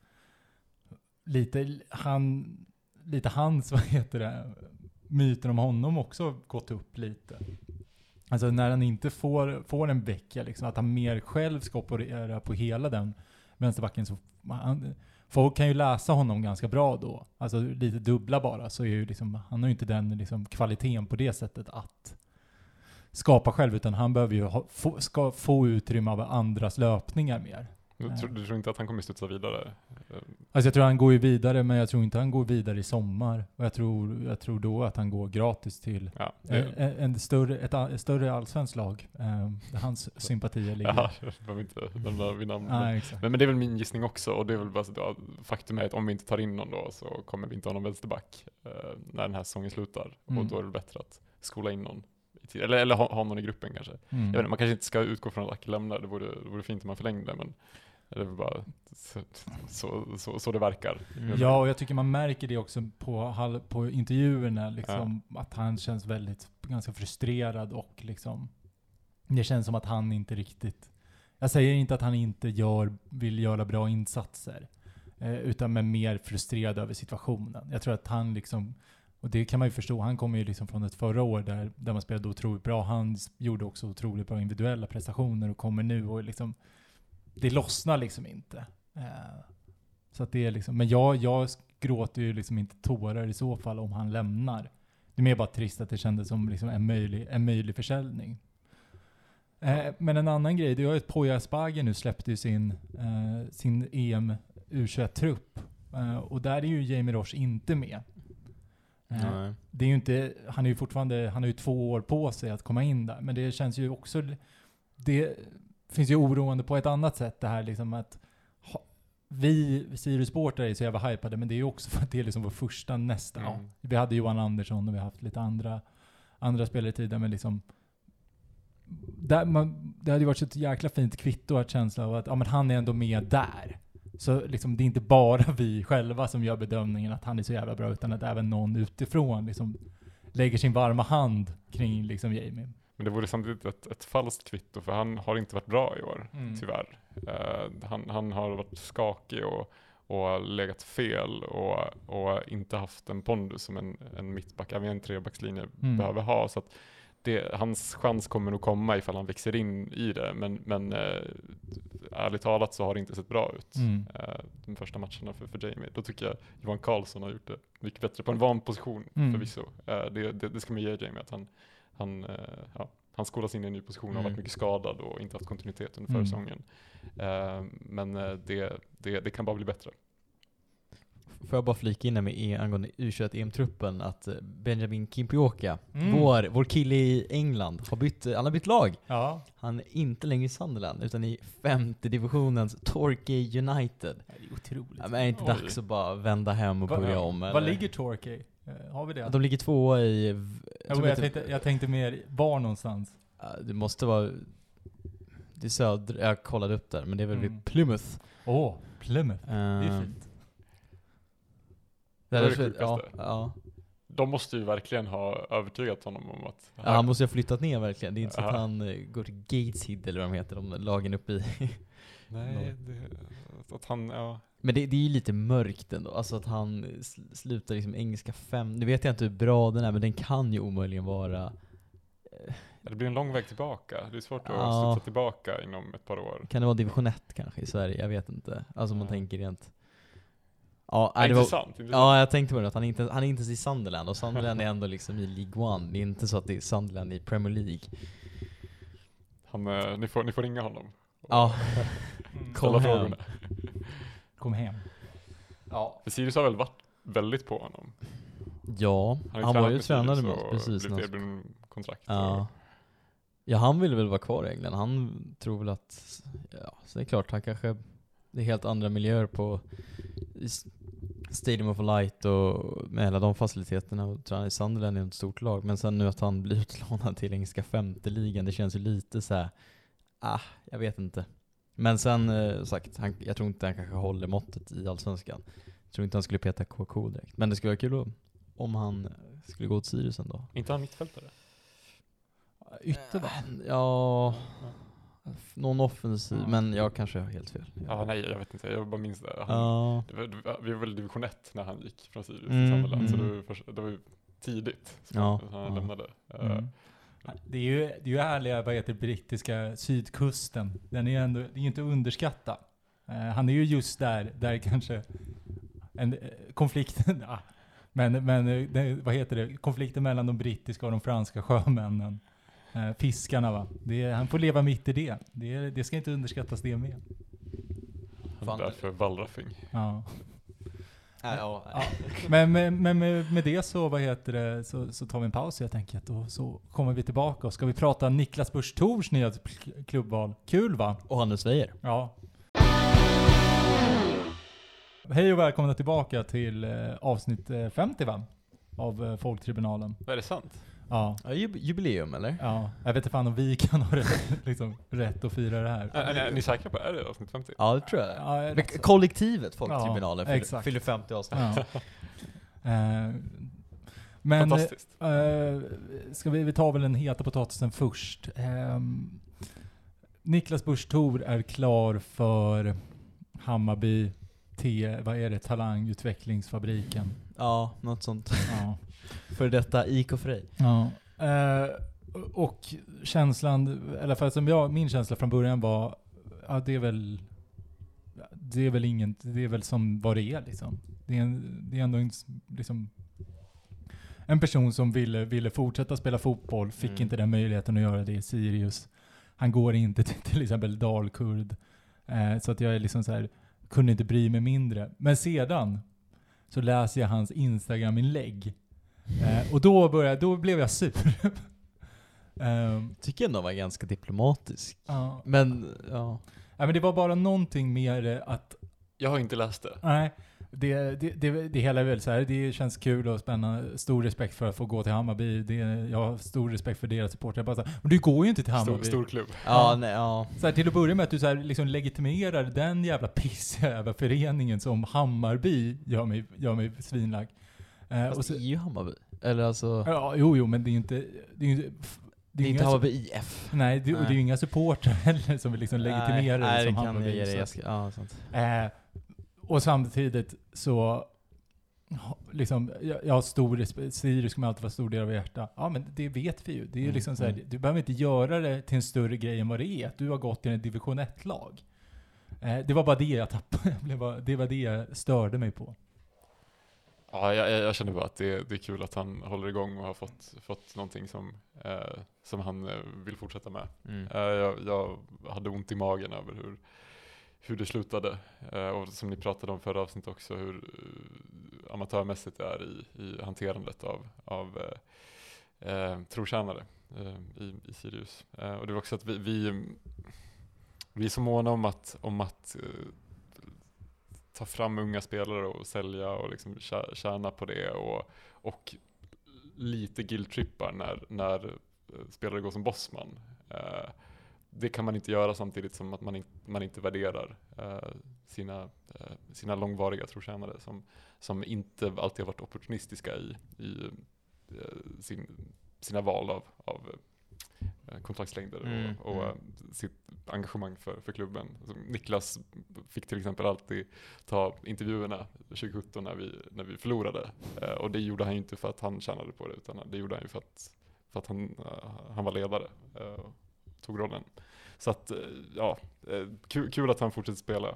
S4: lite han, lite hans, vad heter det, myten om honom också gått upp lite. Alltså när han inte får, får en vecka, liksom, att han mer själv ska operera på hela den vänsterbacken, så han, folk kan ju läsa honom ganska bra då. Alltså lite dubbla bara, så är ju liksom, han har ju inte den liksom kvaliteten på det sättet att skapa själv, utan han behöver ju ha, få, ska få utrymme av andras löpningar mer.
S3: Du, tror, du tror inte att han kommer studsa vidare?
S4: Alltså jag tror han går ju vidare, men jag tror inte han går vidare i sommar. Och jag tror, jag tror då att han går gratis till
S3: Ja,
S4: en,
S3: det,
S4: en, en större, ett, a- ett större allsvenskt lag. Eh, där hans sympatier ligger.
S3: ja, jag behöver inte nämna vid namn.
S4: Nej, exakt.
S3: Men, men det är väl min gissning också, och det är väl bara så att, ja, faktum är att om vi inte tar in någon då så kommer vi inte ha någon vänsterback eh, när den här säsongen slutar.
S4: Mm.
S3: Och då är det bättre att skola in någon. I tid. Eller, eller ha, ha någon i gruppen kanske.
S4: Mm.
S3: Jag vet inte, man kanske inte ska utgå från att Acke lämnar, det vore, det vore fint om man förlängde, men det är väl bara så, så, så, så det verkar.
S2: Mm.
S4: Ja, och jag tycker man märker det också på, hall- på intervjuerna, liksom, att han känns väldigt ganska frustrerad, och liksom, det känns som att han inte riktigt, jag säger inte att han inte gör, vill göra bra insatser, eh, utan men mer frustrerad över situationen. Jag tror att han liksom, och det kan man ju förstå, han kommer ju liksom från ett förra år där, där man spelade otroligt bra, han gjorde också otroligt bra individuella prestationer och kommer nu och liksom, det lossnar liksom inte. Eh, så att det är liksom, men jag, jag gråter ju liksom inte tårar i så fall om han lämnar. Det är mer bara trist att det kändes som liksom en möjlig, en möjlig försäljning. Eh, men en annan grej, det är ju att Poya Asbaghi nu släppte ju sin, eh, sin E M U tjugoett-trupp. Eh, och där är ju Jamie Roche inte med. Eh,
S2: Nej.
S4: det är ju inte, han är ju fortfarande, han har ju två år på sig att komma in där. Men det känns ju också, det finns ju oroande på ett annat sätt det här liksom att ha, vi Sirius-sportare är så jävla hypade, men det är ju också för att det är liksom vår första nästa.
S3: Mm.
S4: Ja, vi hade Johan Andersson och vi har haft lite andra, andra spelare tidigare, men liksom där man, det hade ju varit så ett jäkla fint kvitto att känsla av att ja, men han är ändå med där. Så liksom, det är inte bara vi själva som gör bedömningen att han är så jävla bra, utan att även någon utifrån liksom lägger sin varma hand kring liksom Jamie.
S3: Men det vore samtidigt ett, ett falskt kvitto, för han har inte varit bra i år,
S4: Mm.
S3: tyvärr. Uh, han, han har varit skakig och, och legat fel och, och inte haft en pondus som en, en mittback, även en trebackslinje
S4: Mm.
S3: behöver ha. Så att det, hans chans kommer nog komma ifall han växer in i det, men, men uh, ärligt talat så har det inte sett bra ut.
S4: Mm.
S3: Uh, de första matcherna för, för Jamie. Då tycker jag Johan Karlsson har gjort det mycket bättre på en van position,
S4: Mm.
S3: förvisso. Uh, det, det, det ska man ge Jamie, att han Han, uh, ja, han skolas in i en ny position och har
S2: Mm.
S3: varit mycket skadad och inte haft kontinuitet under
S4: Mm.
S3: försäsongen. Uh, men uh, det, det, det kan bara bli bättre.
S2: Får jag bara flika in här med e, angående U tjugoett-E M-truppen att eh, Benjamin Kimpioka,
S4: Mm.
S2: vår, vår kille i England, har bytt, han har bytt lag.
S4: Ja.
S2: Han är inte längre i Sunderland utan i femte divisionens Torquay United.
S4: Det är otroligt.
S2: Ja, men är det inte
S3: Oj.
S2: dags att bara vända hem och
S4: Va-
S2: börja om?
S4: Var
S2: eller?
S4: ligger Torquay? Eh, Har vi det?
S2: De ligger tvåa i... v-
S4: Ja,
S2: tror
S4: men jag,
S2: inte-
S4: tänkte, jag tänkte mer var någonstans.
S2: Ja, det måste vara... Det är södra, jag kollade upp där, men det är väl
S4: Mm.
S2: vid Plymouth.
S4: Åh, oh, Plymouth. Det är
S2: Uh,
S4: fint.
S2: det
S3: Det
S2: är
S3: är det
S2: för- ja,
S3: sjukaste.
S2: ja.
S3: De måste ju verkligen ha övertygat honom om att
S2: ja, han måste ju ha flyttat ner verkligen. Det är inte så att
S3: Ja.
S2: han eh, går till Gateshead eller vad de heter, de lagen uppe i.
S3: nej, det, att han, ja.
S2: Men det, det är ju lite mörkt ändå, alltså att han sl- slutar liksom engelska fem. Nu vet jag inte hur bra den är, men den kan ju omöjligen vara...
S3: Det blir en lång väg tillbaka. Det är svårt att
S2: Ja.
S3: studsa tillbaka inom ett par år.
S2: Kan det vara division ett kanske i Sverige? Jag vet inte. Alltså om man
S3: Ja.
S2: tänker rent... Ja,
S3: Ja,
S2: nej, det var,
S3: intressant, intressant.
S2: ja, jag tänkte på det, att han är inte, han är inte i Sunderland, och Sunderland är ändå liksom i League One. Det är inte så att det är Sunderland i Premier League.
S3: Han, eh, ni, får, ni får ringa honom. och
S2: Ja,
S4: Mm.
S2: kom
S3: ställa
S2: hem.
S3: frågorna.
S4: Kom hem.
S2: Ja,
S3: För Sirius har väl varit väldigt på honom.
S2: ja
S3: Han,
S2: han
S3: har
S2: var
S3: ju
S2: ju
S3: tränat med
S2: tränare
S3: Sirius
S2: med oss
S3: och
S2: precis.
S3: blivit
S2: när-
S3: erbjuden kontrakt.
S2: Ja.
S3: Och,
S2: Ja, han ville väl vara kvar i England. Han tror väl att, ja, så det är klart, han kanske, det är helt andra miljöer på i S- Stadium of Light och med alla de faciliteterna, och träna i Sunderland är ett stort lag. Men sen nu att han blir utlånad till engelska femte ligan, det känns ju lite så här. Ah, jag vet inte. Men sen eh, sagt, han, jag tror inte han kanske håller måttet i Allsvenskan. Jag tror inte han skulle peta K K direkt. Men det skulle vara kul om, om han eh, skulle gå till Sirius ändå.
S3: inte han mittfältare?
S4: Ytter va?
S2: Ja, någon offensiv,
S4: Ja.
S2: men jag kanske har helt fel.
S3: Ja, nej, jag vet inte. Jag bara minns det. Han,
S2: Ja,
S3: det var, det var, vi var väl division ett när han gick från Sirius
S2: Mm,
S3: till Sunderland. Så
S2: mm.
S3: det var, ju först, det var ju tidigt som
S2: Ja.
S3: han
S4: Ja.
S3: lämnade. Eh,
S4: Mm. Det är ju, det är ju härliga, vad heter det, brittiska sydkusten. Den är ju ändå, det är ju inte att underskatta. Eh, han är ju just där, där kanske en eh, konflikten, ja. men, men eh, det, vad heter det, konflikten mellan de brittiska och de franska sjömännen. Eh, fiskarna va. Det är, han får leva mitt i det. Det, är, det ska inte underskattas det med.
S3: Han
S2: Fan.
S3: är därför wallraffing.
S4: Ja.
S2: ja, ja.
S4: Ja. Men, men, men med, med det så, vad heter det, så, så tar vi en paus helt enkelt, och så kommer vi tillbaka och ska vi prata Niklas Busch Thors nya kl- klubbval. Kul va?
S2: Och Hannes Weijer.
S4: Ja. Hej och välkomna tillbaka till eh, avsnitt eh, femtio va? Av eh, Folktribunalen.
S3: Är det sant?
S4: Ja.
S2: Ja, jub- jubileum eller?
S4: Ja. Jag vet inte fan om vi kan ha rätt, liksom, rätt att fira det här.
S3: Är, är, är ni säkra på det? Är det avsnitt femtio?
S2: Ja, det tror jag.
S4: Ja, jag är
S2: Men
S4: rätt så.
S2: kollektivet Folktribunalen
S4: Ja,
S2: fyller,
S4: exakt.
S2: fyller femtio avsnitt.
S4: Ja. Eh, men
S3: Fantastiskt.
S4: eh, ska vi, vi tar väl den heta potatisen först. Ehm, Niklas Busch Thor är klar för Hammarby T, vad är det, talangutvecklingsfabriken.
S2: Ja, något sånt.
S4: Ja.
S2: För detta I K Frej.
S4: Ja. Eh, och känslan, i alla fall som jag, min känsla från början var, ja det är väl, det är väl ingen, det är väl som vad det är liksom. Det är, en, det är ändå en, liksom, en person som ville, ville fortsätta spela fotboll, fick
S2: Mm.
S4: inte den möjligheten att göra det i Sirius. Han går inte till till exempel Dalkurd. Eh, så att jag är liksom så här, kunde inte bry mig mindre. Men sedan så läser jag hans Instagram-inlägg. Eh, och då, började, då blev jag sur. um,
S2: Tycker ändå var ganska diplomatisk.
S4: ja.
S2: Men, ja.
S4: Ja, men det var bara någonting med det att,
S3: Jag har inte läst det.
S4: nej, det, det, det, det hela är väl så här, det känns kul och spännande, stor respekt för att få gå till Hammarby, det, jag har stor respekt för deras supportrar. Jag bara så här, men du går ju inte till
S3: Stor,
S4: Hammarby.
S3: stor klubb.
S2: Ja, nej, ja.
S4: Så här, till att börja med att du så här, liksom legitimerar den jävla pissjävla föreningen som Hammarby gör mig, gör mig svinlag. Eh, och
S2: Fast
S4: så,
S2: det är ju Hammarby. Eller alltså,
S4: ja, jo, jo, men det är ju inte, det är ju inte,
S2: det är
S4: inga
S2: inte
S4: su-
S2: Hammarby I F.
S4: Nej, det, och det är ju inga supportrar heller som vill liksom legitimera det
S2: nej,
S4: som
S2: det kan
S4: Hammarby.
S2: jag ge dig.
S4: så
S2: Jag
S4: att-
S2: ska, ja, sant.
S4: Eh, och samtidigt så ha- liksom, jag, jag har stor respekt, Sirius kommer alltid vara stor del av hjärta. Ja, men det vet vi ju. Det är ju
S2: Mm,
S4: liksom så här,
S2: mm.
S4: du behöver inte göra det till en större grej än vad det är. Att du har gått till en division ett-lag. Eh, det var bara det jag tappade. Jag blev bara, det var det jag störde mig på.
S3: Ja, jag, jag jag känner bara att det, det är kul att han håller igång och har fått, fått någonting som, eh, som han eh, vill fortsätta med.
S2: Mm.
S3: Eh, jag, jag hade ont i magen över hur, hur det slutade. Eh, och som ni pratade om förra avsnittet också, hur uh, amatörmässigt det är i, i hanterandet av, av eh, eh, trotjänare eh, i, i Sirius. Eh, och det var också att vi, vi, vi är så måna om att, om att eh, ta fram unga spelare och sälja och liksom tjä- tjäna på det och, och lite guilt-trippar när, när eh, spelare går som bossman. Eh, det kan man inte göra samtidigt som att man, in, man inte värderar eh, sina, eh, sina långvariga trotjänare som, som inte alltid har varit opportunistiska i, i eh, sin, sina val av, av eh, kontraktslängder
S2: Mm,
S3: och, och
S2: mm.
S3: eh, sitt engagemang för, för klubben. Alltså, Niklas fick till exempel alltid ta intervjuerna tjugohundrasjutton när vi, när vi förlorade. Eh, och det gjorde han ju inte för att han tjänade på det, utan det gjorde han ju för att, för att han, eh, han var ledare eh, och tog rollen. Så att, eh, ja, eh, kul, kul att han fortsätter spela.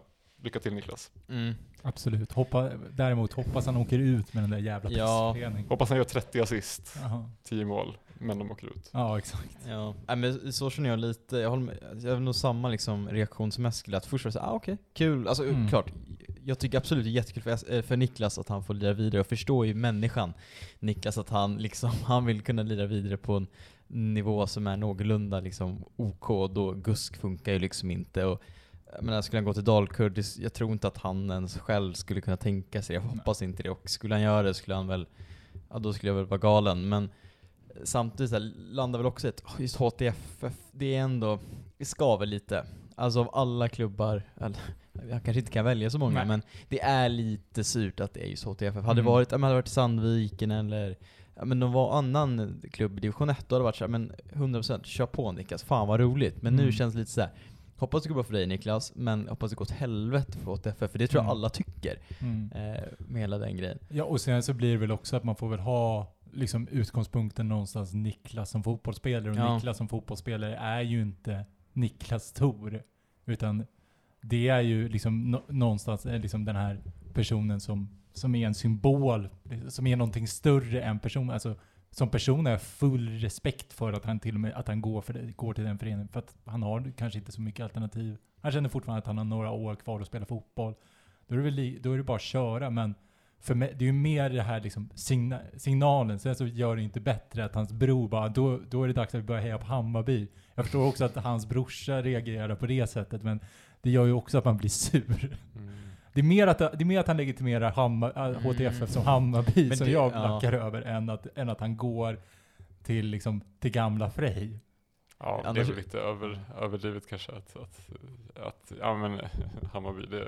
S3: Lycka till Niklas.
S2: Mm.
S4: Absolut. Hoppa, däremot hoppas han åker ut med den där jävla
S2: Ja.
S4: pissföreningen.
S3: Hoppas han gör trettio assist,
S4: Jaha.
S3: tio mål, men de åker ut.
S4: Ja, exakt.
S2: Ja, nej, men så känner jag lite, jag, håller med, jag har nog samma liksom reaktion som Eskil, att först var det så ah, okej, okay, kul, alltså
S4: Mm.
S2: klart, jag tycker absolut det är jättekul för, för Niklas att han får lira vidare, jag förstår ju människan Niklas att han liksom, han vill kunna lira vidare på en nivå som är någorlunda liksom OK, och då Gusk funkar ju liksom inte, och jag menar, skulle han gå till Dalkurd, jag tror inte att han ens själv skulle kunna tänka sig, jag hoppas inte det, och skulle han göra det skulle han väl, ja då skulle jag väl vara galen, men samtidigt så här, landar väl också ett, just H T F F, det är ändå, det skaver lite. Alltså av alla klubbar, eller, jag kanske inte kan välja så många,
S4: Nej.
S2: men det är lite surt att det är just H T F F. Hade
S4: Mm.
S2: det varit, om det hade varit Sandviken eller ja, men de var annan klubb i division ett, då hade det varit så här, men hundra procent, kör på Niklas, fan vad roligt. Men
S4: Mm.
S2: nu känns det lite så här, hoppas det går bra för dig Niklas, men hoppas det går åt helvete för H T F F, för det tror jag
S4: Mm.
S2: alla tycker
S4: Mm.
S2: eh, med hela den grejen.
S4: Ja, och sen så blir det väl också att man får väl ha liksom utgångspunkten någonstans Niklas som fotbollsspelare, och
S2: Ja.
S4: Niklas som fotbollsspelare är ju inte Niklas Thor, utan det är ju liksom nå- någonstans är liksom den här personen som, som är en symbol, som är någonting större än person. Alltså som person har jag full respekt för att han till och med att han går, för det, går till den föreningen, för att han har kanske inte så mycket alternativ. Han känner fortfarande att han har några år kvar att spela fotboll. Då är det, väl li, då är det bara att köra, men för mig, det är ju mer det här liksom signa, signalen. Sen så gör det inte bättre att hans bror bara, då, då är det dags att vi börjar heja på Hammarby. Jag förstår också att hans brorsa reagerar på det sättet, men det gör ju också att man blir sur.
S3: Mm.
S4: Det är mer att, det är mer att han legitimerar Hammar, äh, H T F F som Hammarby
S2: Men
S4: som
S2: det-
S4: jag
S2: ja.
S4: lackar över, än att, än att han går till, liksom, till gamla Frej.
S3: Ja, det är
S2: Annars-
S3: väl lite över, överdrivet kanske att, att, att ja men Hammarby, det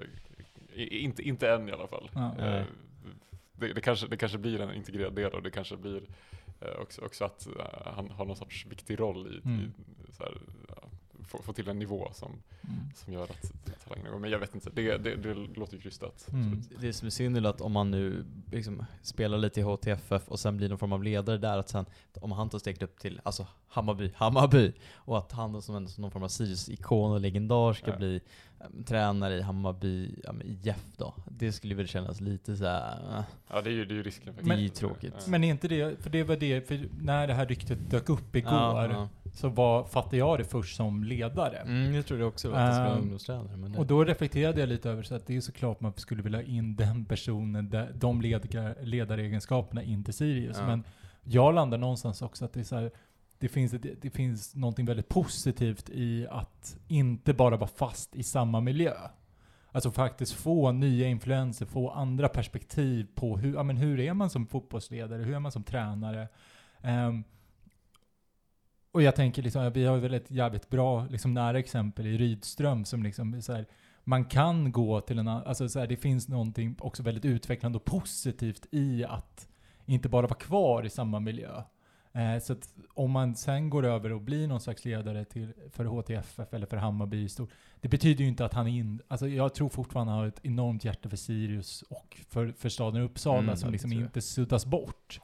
S3: i- inte, inte än i alla fall.
S4: Ja.
S3: Eh, det, det, kanske, det kanske blir en integrerad del, och det kanske blir eh, också, också att eh, han har någon sorts viktig roll i,
S4: Mm.
S3: i så här, ja, få, få till en nivå som,
S4: Mm.
S3: som gör att talangerna går. Men jag vet inte, det, det, det låter ju krystat.
S4: Mm.
S2: Det som är synd är att om man nu liksom spelar lite i H T F F och sen blir någon form av ledare där, att sen om han tar steget upp till alltså Hammarby, Hammarby, och att han då som, en, som någon form av Sirius-ikon och legendar ska
S3: Ja.
S2: bli um, tränare i Hammarby, ja, men I F då. Det skulle väl kännas lite så här. Uh,
S3: Ja, det är ju, det är ju risken.
S2: det är ju tråkigt.
S3: Ja.
S4: Men är inte det, för det var det, för när det här ryktet dök upp igår,
S2: ja, ja.
S4: så var, fattade jag det först som ledare.
S2: Mm, jag tror det också var att det skulle vara
S4: Um,
S2: ungdomstränare. Men det,
S4: Och då reflekterade jag lite över så att det är såklart man skulle vilja ha in den personen, där, de ledar, ledaregenskaperna in till Sirius.
S2: Ja.
S4: Men jag landar någonstans också att det är så här, det finns, det, det finns någonting väldigt positivt i att inte bara vara fast i samma miljö. Alltså faktiskt få nya influenser, få andra perspektiv på hur, ja, men hur är man som fotbollsledare, hur är man som tränare. Um, och jag tänker liksom, vi har väl ett jävligt bra liksom, nära exempel i Rydström som liksom så här, man kan gå till en annan, alltså så här, det finns någonting också väldigt utvecklande och positivt i att inte bara vara kvar i samma miljö. Eh, så att om man sen går över och blir någon slags ledare till, för H T F F eller för Hammarby i stort, det betyder ju inte att han är in, alltså jag tror fortfarande han har ett enormt hjärta för Sirius och för, för staden Uppsala
S2: Mm,
S4: som
S2: det
S4: liksom
S2: tror jag.
S4: inte suddas bort.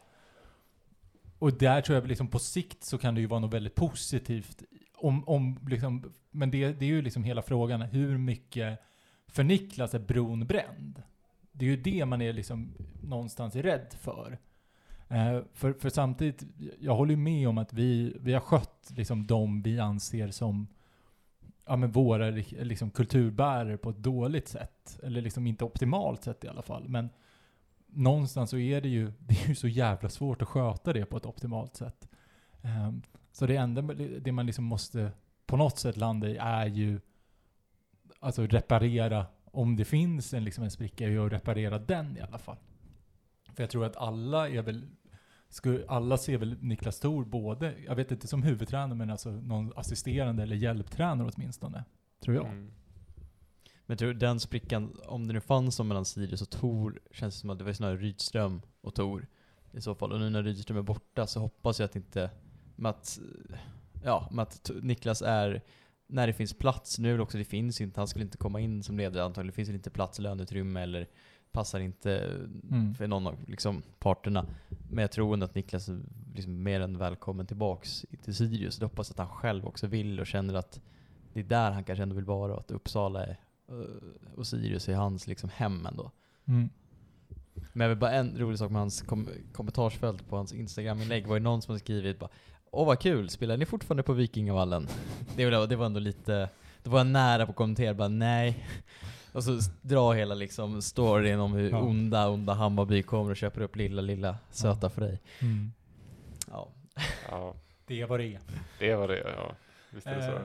S4: Och där tror jag liksom på sikt så kan det ju vara något väldigt positivt. Om, om liksom, men det, det är ju liksom hela frågan, hur mycket för Niklas är bron bränd? Det är ju det man är liksom någonstans är rädd för. Eh, för, för samtidigt, jag håller ju med om att vi, vi har skött liksom de vi anser som ja, men våra liksom kulturbärare på ett dåligt sätt. Eller liksom inte optimalt sätt i alla fall. Men någonstans så är det ju, det är ju så jävla svårt att sköta det på ett optimalt sätt. Um, så det enda det man liksom måste på något sätt landa i är ju alltså reparera, om det finns en, liksom en spricka, är ju att reparera den i alla fall. För jag tror att alla är väl, skulle, alla ser väl Niklas Thor både, jag vet inte som huvudtränare, men alltså någon assisterande eller hjälptränare åtminstone, tror jag.
S3: Mm.
S2: Men tror du den sprickan, om det nu fanns som mellan Sirius och Tor, känns det som att det var snarare Rydström och Tor i så fall. Och nu när Rydström är borta så hoppas jag att inte, med att, ja, med att Niklas är, när det finns plats, nu är det också, det finns inte, han skulle inte komma in som ledare antagligen, det finns inte plats, löneutrymme eller passar inte
S4: Mm.
S2: för någon av liksom, parterna. Men jag tror ändå att Niklas är liksom mer än välkommen tillbaks till Sirius. Jag hoppas att han själv också vill och känner att det är där han kanske ändå vill vara och att Uppsala är uh, och Sirius är hans liksom hem ändå.
S4: Mm.
S2: Men jag vill bara en rolig sak med hans kom- kommentarsfält på hans Instagram-inlägg var ju någon som har skrivit bara åh vad kul, spelar ni fortfarande på Vikingavallen? det, var, det var ändå lite, det var nära på att kommentera, bara nej. Och så dra hela liksom storyn om hur
S4: ja.
S2: onda, onda Hammarby kommer och köper upp lilla, lilla söta
S4: ja.
S2: Frej.
S4: Mm.
S2: Ja.
S3: Ja,
S4: Det var det.
S3: det var det, ja. Visst är det så.
S4: Eh,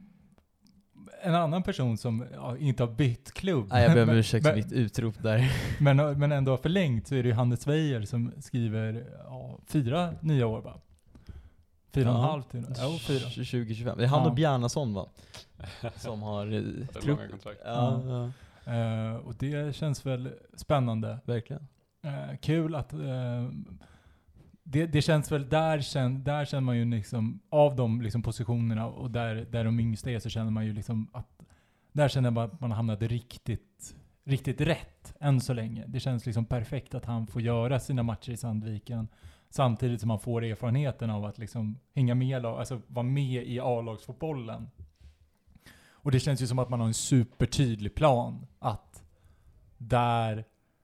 S4: en annan person som ja, inte har bytt klubb.
S2: Nej, jag ber om
S4: men-
S2: ursäkt för
S4: men-
S2: mitt utrop där.
S4: Men, men ändå har förlängt, så är det ju Hannes Weijer som skriver ja, fyra nya år va? Fyra och en
S2: Ja.
S4: halv till. Ja, fyra.
S2: tjugo tjugofem. Det är han
S4: Ja.
S2: och Bjarnason va? Som har eh,
S3: Det är
S2: trupp.
S3: långa kontrakt.
S2: Ja, ja,
S4: Eh, och det känns väl spännande.
S2: verkligen.
S4: Eh, kul att eh, det, det känns väl där, känn, där känner man ju liksom av de liksom positionerna och där, där de yngsta är, så känner man ju liksom att där känner man att man har hamnat riktigt, riktigt rätt än så länge. Det känns liksom perfekt att han får göra sina matcher i Sandviken samtidigt som man får erfarenheten av att liksom hänga med, alltså vara med i A-lagsfotbollen. Och det känns ju som att man har en supertydlig plan att där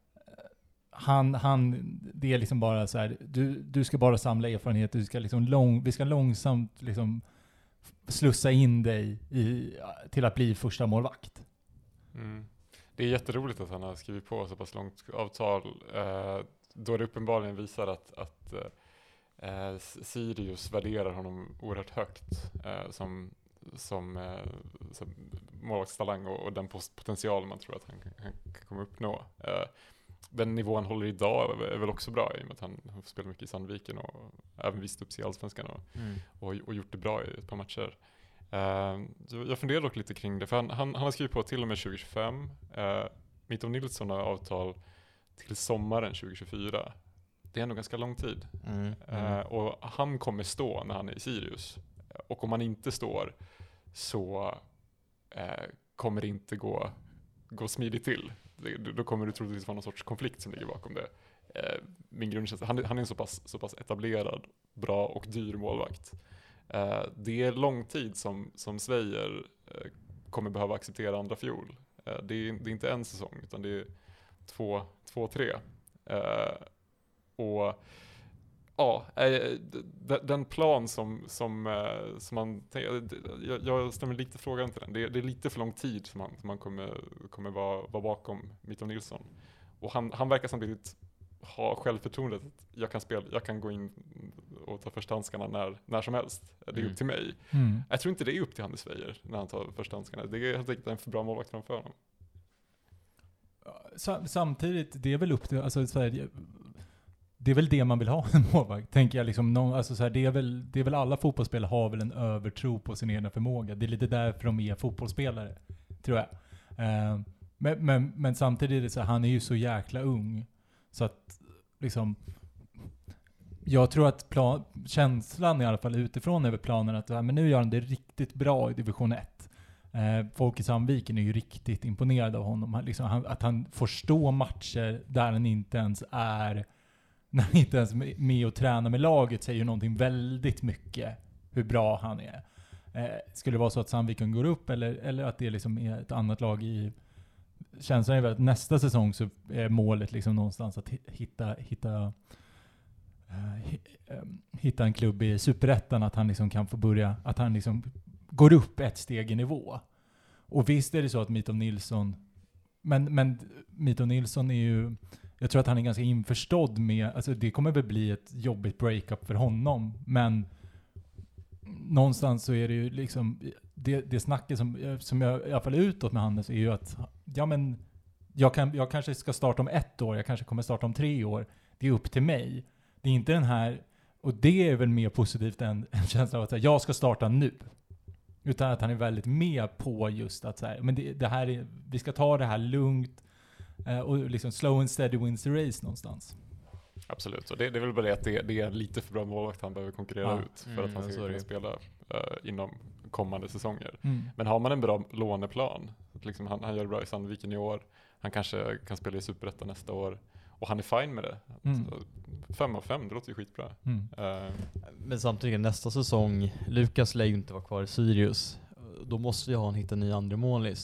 S4: han, han, det är liksom bara så här, du, du ska bara samla erfarenhet, du ska liksom lång, vi ska långsamt liksom slussa in dig i, till att bli första målvakt.
S3: Mm. Det är jätteroligt att han har skrivit på så pass långt avtal eh, då det uppenbarligen visar att, att eh, Sirius värderar honom oerhört högt eh, som, som, eh, som målvaktstalang och, och den potential man tror att han, han kan komma uppnå. Eh, den nivån håller idag är väl också bra i och med att han har spelat mycket i Sandviken och även visat upp sig i Allsvenskan och,
S2: Mm.
S3: och, och gjort det bra i ett par matcher. Uh, jag funderar dock lite kring det, för han, han, han har skrivit på till och med tjugo tjugofem. Uh, Mitov Nilsson har avtal till sommaren tjugo tjugofyra. Det är ändå ganska lång tid.
S2: Mm. Mm.
S3: Uh, och han kommer stå när han är i Sirius. Och om han inte står så uh, kommer det inte gå, gå smidigt till. Det, då kommer det troligtvis vara någon sorts konflikt som ligger bakom det. Uh, min grundkänsla, han, han är en så pass, så pass etablerad, bra och dyr målvakt. Uh, det är lång tid som, som Svejer uh, kommer behöva acceptera andra fjol. Uh, det, är, det är inte en säsong utan det är två, två tre. Uh, och ja, uh, d- den plan som, som, uh, som man jag, jag stämmer lite frågan till den. Det är, det är lite för lång tid som man, som man kommer, kommer vara, vara bakom Mitov Nilsson. Och han, han verkar samtidigt ha självförtroendet att jag kan spela, jag kan gå in och ta förstahandskarna när, när som helst. Det är
S2: Mm.
S3: upp till mig.
S4: Mm.
S3: Jag tror inte det är upp till Hannes Weijer när han tar förstahandskarna. Det är helt enkelt en för bra målvakt framför honom.
S4: Sam, samtidigt, det är väl upp till, alltså så här, det, det är väl det man vill ha en målvakt, tänker jag liksom. Någon, alltså så här, det, är väl, det är väl alla fotbollsspelare har väl en övertro på sin egen förmåga. Det är lite därför de är fotbollsspelare, tror jag. Uh, men, men, men samtidigt är det så här, han är ju så jäkla ung. Så att liksom, jag tror att plan, känslan i alla fall utifrån över planen att men nu gör han det riktigt bra i division ett. Eh, folk i Sandviken är ju riktigt imponerade av honom. Han, liksom, han, att han får stå matcher där han inte ens är, när han inte ens är med och tränar med laget, säger ju någonting väldigt mycket hur bra han är. Eh, skulle det vara så att Sandviken går upp eller, eller att det liksom är ett annat lag i, känslan är väl att nästa säsong så är målet liksom någonstans att hitta hitta uh, hitta en klubb i Superettan, att han liksom kan få börja, att han liksom går upp ett steg i nivå. Och visst är det så att Mitov Nilsson, men, men Mitov Nilsson är ju, jag tror att han är ganska införstådd med, alltså det kommer väl bli ett jobbigt breakup för honom, men någonstans så är det ju liksom det, det snacket som, som jag i alla fall utåt med Hannes är ju att ja men jag, kan, jag kanske ska starta om ett år, jag kanske kommer starta om tre år, det är upp till mig. Det är inte den här, och det är väl mer positivt än en känsla av att säga, jag ska starta nu. Utan att han är väldigt med på just att så här, men det, det här är, vi ska ta det här lugnt eh, och liksom slow and steady wins the race någonstans.
S3: Absolut, och det, det är väl bara det att det, det är lite för bra målvakt han behöver konkurrera
S4: Ja.
S3: ut för
S2: Mm,
S3: att han
S2: ja,
S3: ska
S2: så är
S3: kunna
S2: det.
S3: spela uh, inom kommande säsonger.
S4: Mm.
S3: Men har man en bra låneplan, att liksom han, han gör det bra i Sandviken i år, han kanske kan spela i Superettan nästa år och han är fine med det.
S4: Mm.
S3: Så, fem av fem, det låter ju skitbra.
S4: Mm.
S3: Uh,
S2: Men samtidigt nästa säsong, Lukas lär ju inte vara kvar i Sirius. Då måste vi ha en hitta ny andra målis.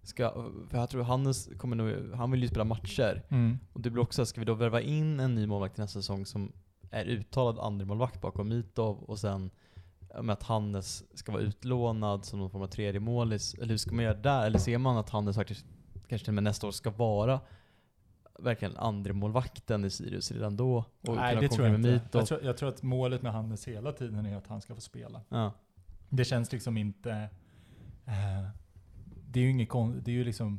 S2: ska, för jag tror Hannes kommer nog, han vill ju spela matcher.
S4: Mm.
S2: Och det blir också, ska vi då värva in en ny målvakt till nästa säsong som är uttalad andra målvakt bakom Mitov, och sen med att Hannes ska vara utlånad som någon form av tredje målis, eller hur ska man göra där? Eller ser man att Hannes faktiskt kanske till och med nästa år ska vara verkligen andra målvakten i Sirius redan då? Och
S4: Nej,
S2: kunna
S4: det tror jag
S2: konkurrera med
S4: inte.
S2: Mitov?
S4: Jag tror, jag tror att målet med Hannes hela tiden är att han ska få spela.
S2: Ja.
S4: Det känns liksom inte... Eh, det är ju inget kon- det är ju liksom...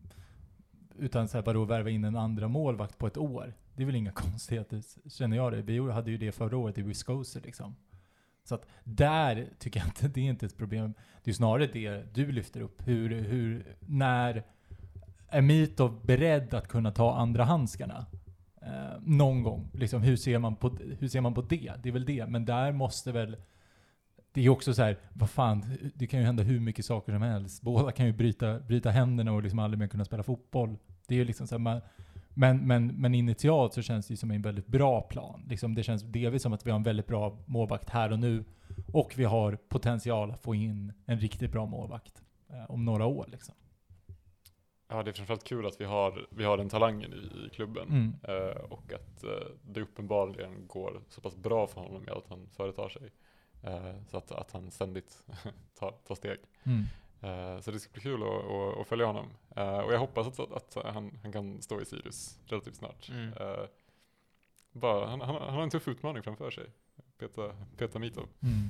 S4: Utan så här bara att värva in en andra målvakt på ett år. Det är väl inga konstigheter, känner jag det. Vi hade ju det förra året i Wisconsin liksom. Så att där tycker jag inte, det är inte ett problem. Det är snarare det du lyfter upp. Hur, hur, när är Mitov beredd att kunna ta andra handskarna? Eh, någon gång. Liksom, hur, ser man på, hur ser man på det? Det är väl det. Men där måste väl... Det är också så här, vad fan, det kan ju hända hur mycket saker som helst. Båda kan ju bryta, bryta händerna och liksom aldrig mer kunna spela fotboll. Det är ju liksom så här, man, men, men, men initialt så känns det som en väldigt bra plan. Liksom det känns delvis som att vi har en väldigt bra målvakt här och nu. Och vi har potential att få in en riktigt bra målvakt eh, om några år. Liksom.
S3: Ja, det är framförallt kul att vi har, vi har den talangen i, i klubben.
S4: Mm.
S3: Eh, och att eh, det uppenbarligen går så pass bra för honom med att han företar sig. Eh, så att, att han ständigt tar, tar steg.
S4: Mm.
S3: Eh, så det ska bli kul att, att, att följa honom. Eh, och jag hoppas att, att, att han, han kan stå i Sirius relativt snart.
S2: Mm.
S3: Eh, bara, han, han, han har en tuff utmaning framför sig. Peta, Peta Mitov.
S4: Mm.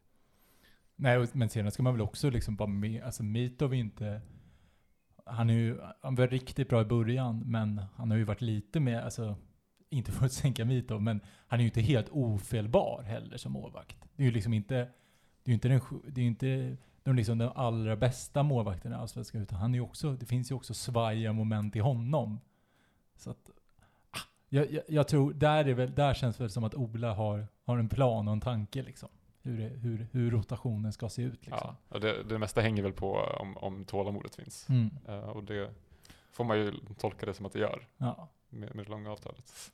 S4: Nej, men sen ska man väl också liksom bara med, alltså Mitov är inte, han är ju, han var riktigt bra i början, men han har ju varit lite med, alltså inte för att sänka Mitov, men han är ju inte helt ofelbar heller som målvakt. Det är ju liksom inte, det är ju inte den, det är ju inte de liksom de allra bästa målvakterna i Allsvenskan, utan han är ju också, det finns ju också svajiga moment i honom. Så att ah, jag, jag, jag tror, där är väl, där känns det väl som att Ola har, har en plan och en tanke liksom. Hur, det, hur, hur rotationen ska se ut. Liksom.
S3: Ja, och det, det mesta hänger väl på om, om tålamodet finns.
S4: Mm.
S3: Uh, och det får man ju tolka det som att det gör
S4: Ja.
S3: med, med det långa avtalet.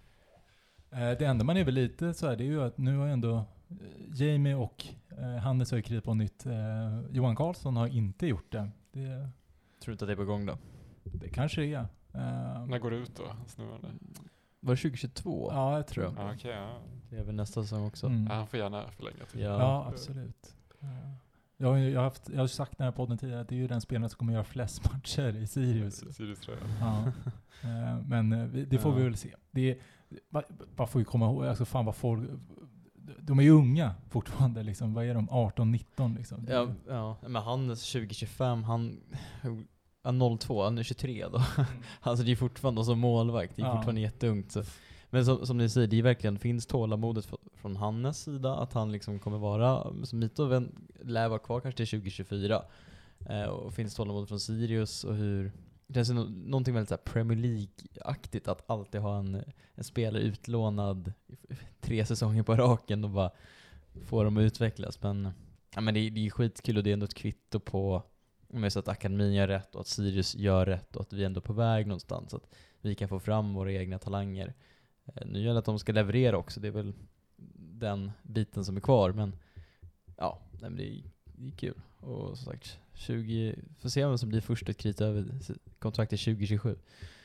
S4: Eh, det enda man är väl lite så här, det är ju att nu har ändå eh, Jamie och eh, Hannes har ju kritat på nytt. Eh, Johan Karlsson har inte gjort det. Det,
S2: Tror du inte att det är på gång då?
S4: det kanske det är. Eh,
S3: När går det ut då? Snurrande?
S2: Var det tjugohundratjugotvå?
S4: ja, jag tror
S2: Tror jag.
S3: Ja, okej. ja.
S2: Det är väl nästa säsong också.
S4: Mm.
S3: Ja, han får gärna förlänga till.
S2: Ja.
S4: Ja, absolut. Eh, Jag har, ju- jag, har haft, jag har sagt i den här podden tidigare att det är ju den spelaren som kommer göra flest matcher i Sirius.
S3: Sirius tror jag.
S4: Ja. Eh, Men eh, vi- det får
S2: Ja.
S4: vi väl se. Det är, man, man får ju komma ihåg, alltså fan vad folk, de är ju unga fortfarande liksom. Vad är de? arton nitton liksom. Det är
S2: Ja,
S4: ju-
S2: ja, men Hannes tjugo tjugofem, han ja, noll två, han är tjugotre då. Alltså det är fortfarande som målvakt, det är
S4: Ja.
S2: fortfarande jätteungt. Så. Men som, som ni säger, det är verkligen, finns tålamodet f- från Hannes sida att han liksom kommer vara, som Mitov lär vara kvar kanske till tjugo tjugofyra. Eh, och finns tålamod från Sirius och hur, det känns no- någonting väldigt så här Premier League-aktigt att alltid ha en, en spelare utlånad i f- tre säsonger på raken och bara få dem att utvecklas. Men, ja, men det, är- det är skitkul och det är ändå ett kvitto på om så att akademin gör rätt och att Sirius gör rätt och att vi ändå är på väg någonstans. Så att vi kan få fram våra egna talanger. Eh, nu gäller det att de ska leverera också. Det är väl den biten som är kvar. Men ja, nej, men det, är, det är kul. Och som sagt, tjugo, får se vem som blir först att krita över kontraktet tjugo tjugosju.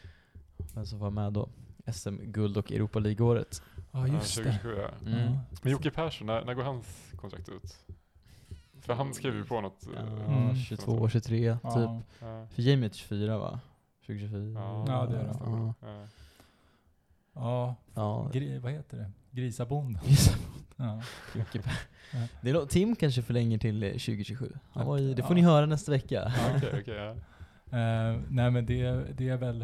S2: Vem som var med då. S M-guld och Europa League-året.
S4: Ja, just
S3: ja,
S4: det.
S3: tjugo tjugosju, ja.
S2: Mm.
S4: Ja.
S3: Men Jocke Persson, när, när går hans kontrakt ut? För han skrev ju på något.
S2: Ja,
S3: eh,
S4: Mm.
S2: tjugotvå, tjugotre typ.
S4: Ja.
S3: Ja.
S2: För Jamie är tjugofyra va? tjugo tjugofyra.
S4: Ja, det är det.
S2: Ja.
S3: Ja.
S4: Ja,
S2: Ja.
S4: Gri, vad heter det? Grisabonden. Ja.
S2: Mycket bra.
S4: Ja.
S2: Det är då, Tim kanske förlänger till eh, tjugo tjugosju. Han var ju, det får
S4: Ja.
S2: ni höra nästa vecka.
S3: Ja, okej, okej, ja.
S4: Eh, nej men det, det är väl...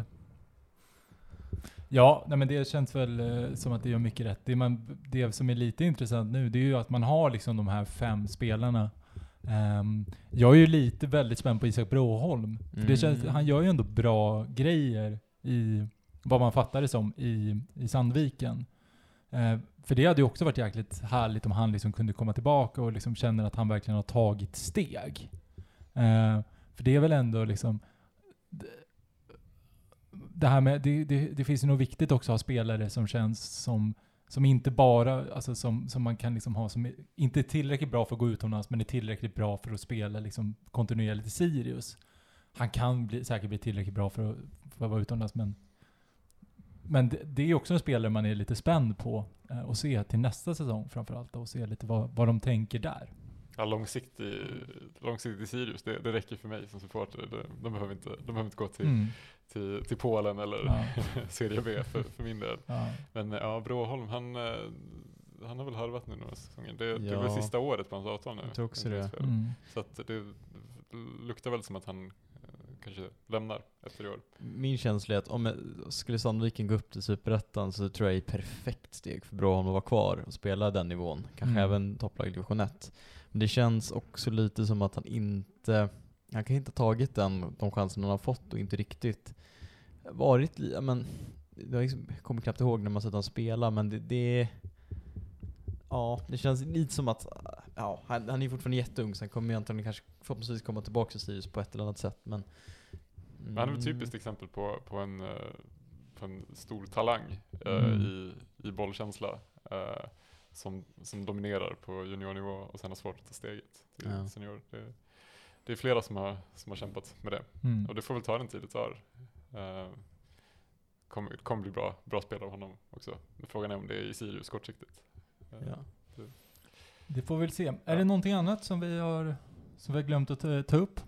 S4: Ja, nej men det känns väl eh, som att det gör mycket rätt. Det, man, det som är lite intressant nu, det är ju att man har liksom de här fem spelarna. Ehm, jag är ju lite väldigt spänd på Isak Broholm. För det känns,
S2: Mm.
S4: han gör ju ändå bra grejer i vad man fattar det som i, i Sandviken. Eh, för det hade ju också varit jäkligt härligt om han liksom kunde komma tillbaka och liksom känner att han verkligen har tagit steg. Eh, för det är väl ändå liksom det, det här med det, det, det finns ju nog viktigt också att ha spelare som känns som som inte bara alltså som som man kan liksom ha som är, inte är tillräckligt bra för att gå utomlands men är tillräckligt bra för att spela liksom kontinuerligt i Sirius. han kan bli, säkert bli tillräckligt bra för att, för att vara utomlands, men men det, det är också en spelare man är lite spänd på eh, och se till nästa säsong framförallt, och se lite vad, vad de tänker där.
S3: Ja, långsiktig, långsiktig Sirius, det, det räcker för mig som supporter. De, de, behöver, inte, de behöver inte gå till,
S4: Mm.
S3: till, till Polen eller
S4: Ja.
S3: Serie B för, för min del.
S4: Ja.
S3: Men ja, Broholm, han, eh, han har väl harvat nu några säsonger. Det, det är
S2: Ja.
S3: väl sista året på hans avtal nu.
S2: Jag tror också
S3: om jag
S2: det.
S3: inte minns fel.
S4: Mm.
S3: Så att det luktar väl som att han eh, kanske lämnar efter i år.
S2: Min känsla är att om jag, skulle Sandviken gå upp till Superettan så tror jag det är ett perfekt steg för Broholm att vara kvar och spela den nivån. Kanske
S4: Mm.
S2: även topplag division ett. Men det känns också lite som att han inte, han kan inte ha tagit den, de chanser han har fått och inte riktigt varit, ja, men jag liksom, kommer knappt ihåg när man sett honom spela, men det, det ja, det känns lite som att ja, han, han är fortfarande jätteung, sen kommer ju antagligen kanske förhoppningsvis komma tillbaka till Sirius på ett eller annat sätt, men
S3: Men han är väl ett
S2: mm,
S3: typiskt exempel på, på, en, eh, på en stor talang eh,
S4: Mm.
S3: i, i bollkänsla eh, som, som dominerar på juniornivå och sen har svårt att ta steget till
S2: Ja.
S3: senior. Det, det är flera som har, som har kämpat med det.
S4: Mm.
S3: Och det får väl ta den tid det tar. Uh, kommer kom bli bra, bra spelare av honom också. Frågan är om det är i Sirius kortsiktigt. Eh,
S2: ja.
S4: Det får vi väl se.
S3: Ja.
S4: Är det någonting annat som vi har, som vi har glömt att ta, ta upp?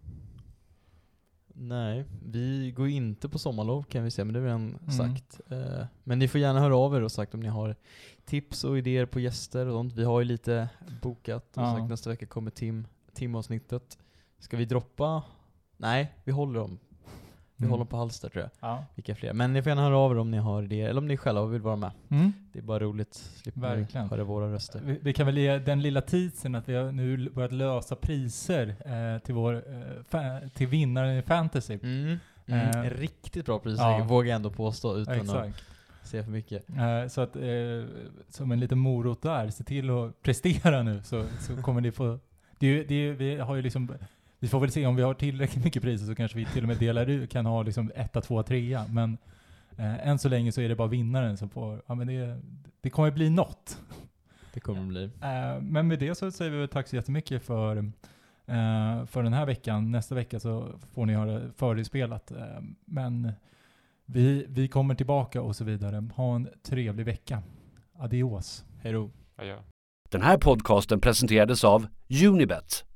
S2: Nej, vi går inte på sommarlov kan vi säga, men det har vi redan
S4: Mm.
S2: sagt. Eh, men ni får gärna höra av er och sagt om ni har tips och idéer på gäster och sånt. Vi har ju lite bokat och
S4: Ja.
S2: sagt nästa vecka kommer Tim, Tim-avsnittet. Ska vi droppa? Nej, vi håller dem. Vi
S4: Mm.
S2: håller på Halster tror jag.
S4: Ja.
S2: Vilka fler? Men ni får gärna höra av er om ni har idéer, eller om ni själva vill vara med.
S4: Mm.
S2: Det är bara roligt. Slipper
S4: Verkligen.
S2: höra våra röster.
S4: Vi, vi kan väl ge den lilla teasern att vi har nu börjat lösa priser eh, till, vår, eh, fa- till vinnaren i fantasy.
S2: Mm. Mm.
S4: Eh,
S2: En riktigt bra pris,
S4: ja.
S2: vågar jag ändå påstå utan att
S4: Exakt.
S2: säga för mycket.
S4: Eh, så att eh, som en liten morot där, se till att prestera nu så, så kommer ni få. Det är, ju- det är, vi har ju liksom, vi får väl se om vi har tillräckligt mycket priser så kanske vi till och med delar ut, kan ha liksom etta, två, trea. Men eh, än så länge så är det bara vinnaren som får. Ja, men det, det kommer bli något.
S2: Det kommer det bli.
S4: Eh, men med det så säger vi väl tack så jättemycket för, eh, för den här veckan. Nästa vecka så får ni höra förinspelat. Eh, men vi, vi kommer tillbaka och så vidare. Ha en trevlig vecka. Adios.
S2: Hej då.
S3: Ja, ja.
S1: Den här podcasten presenterades av Unibet,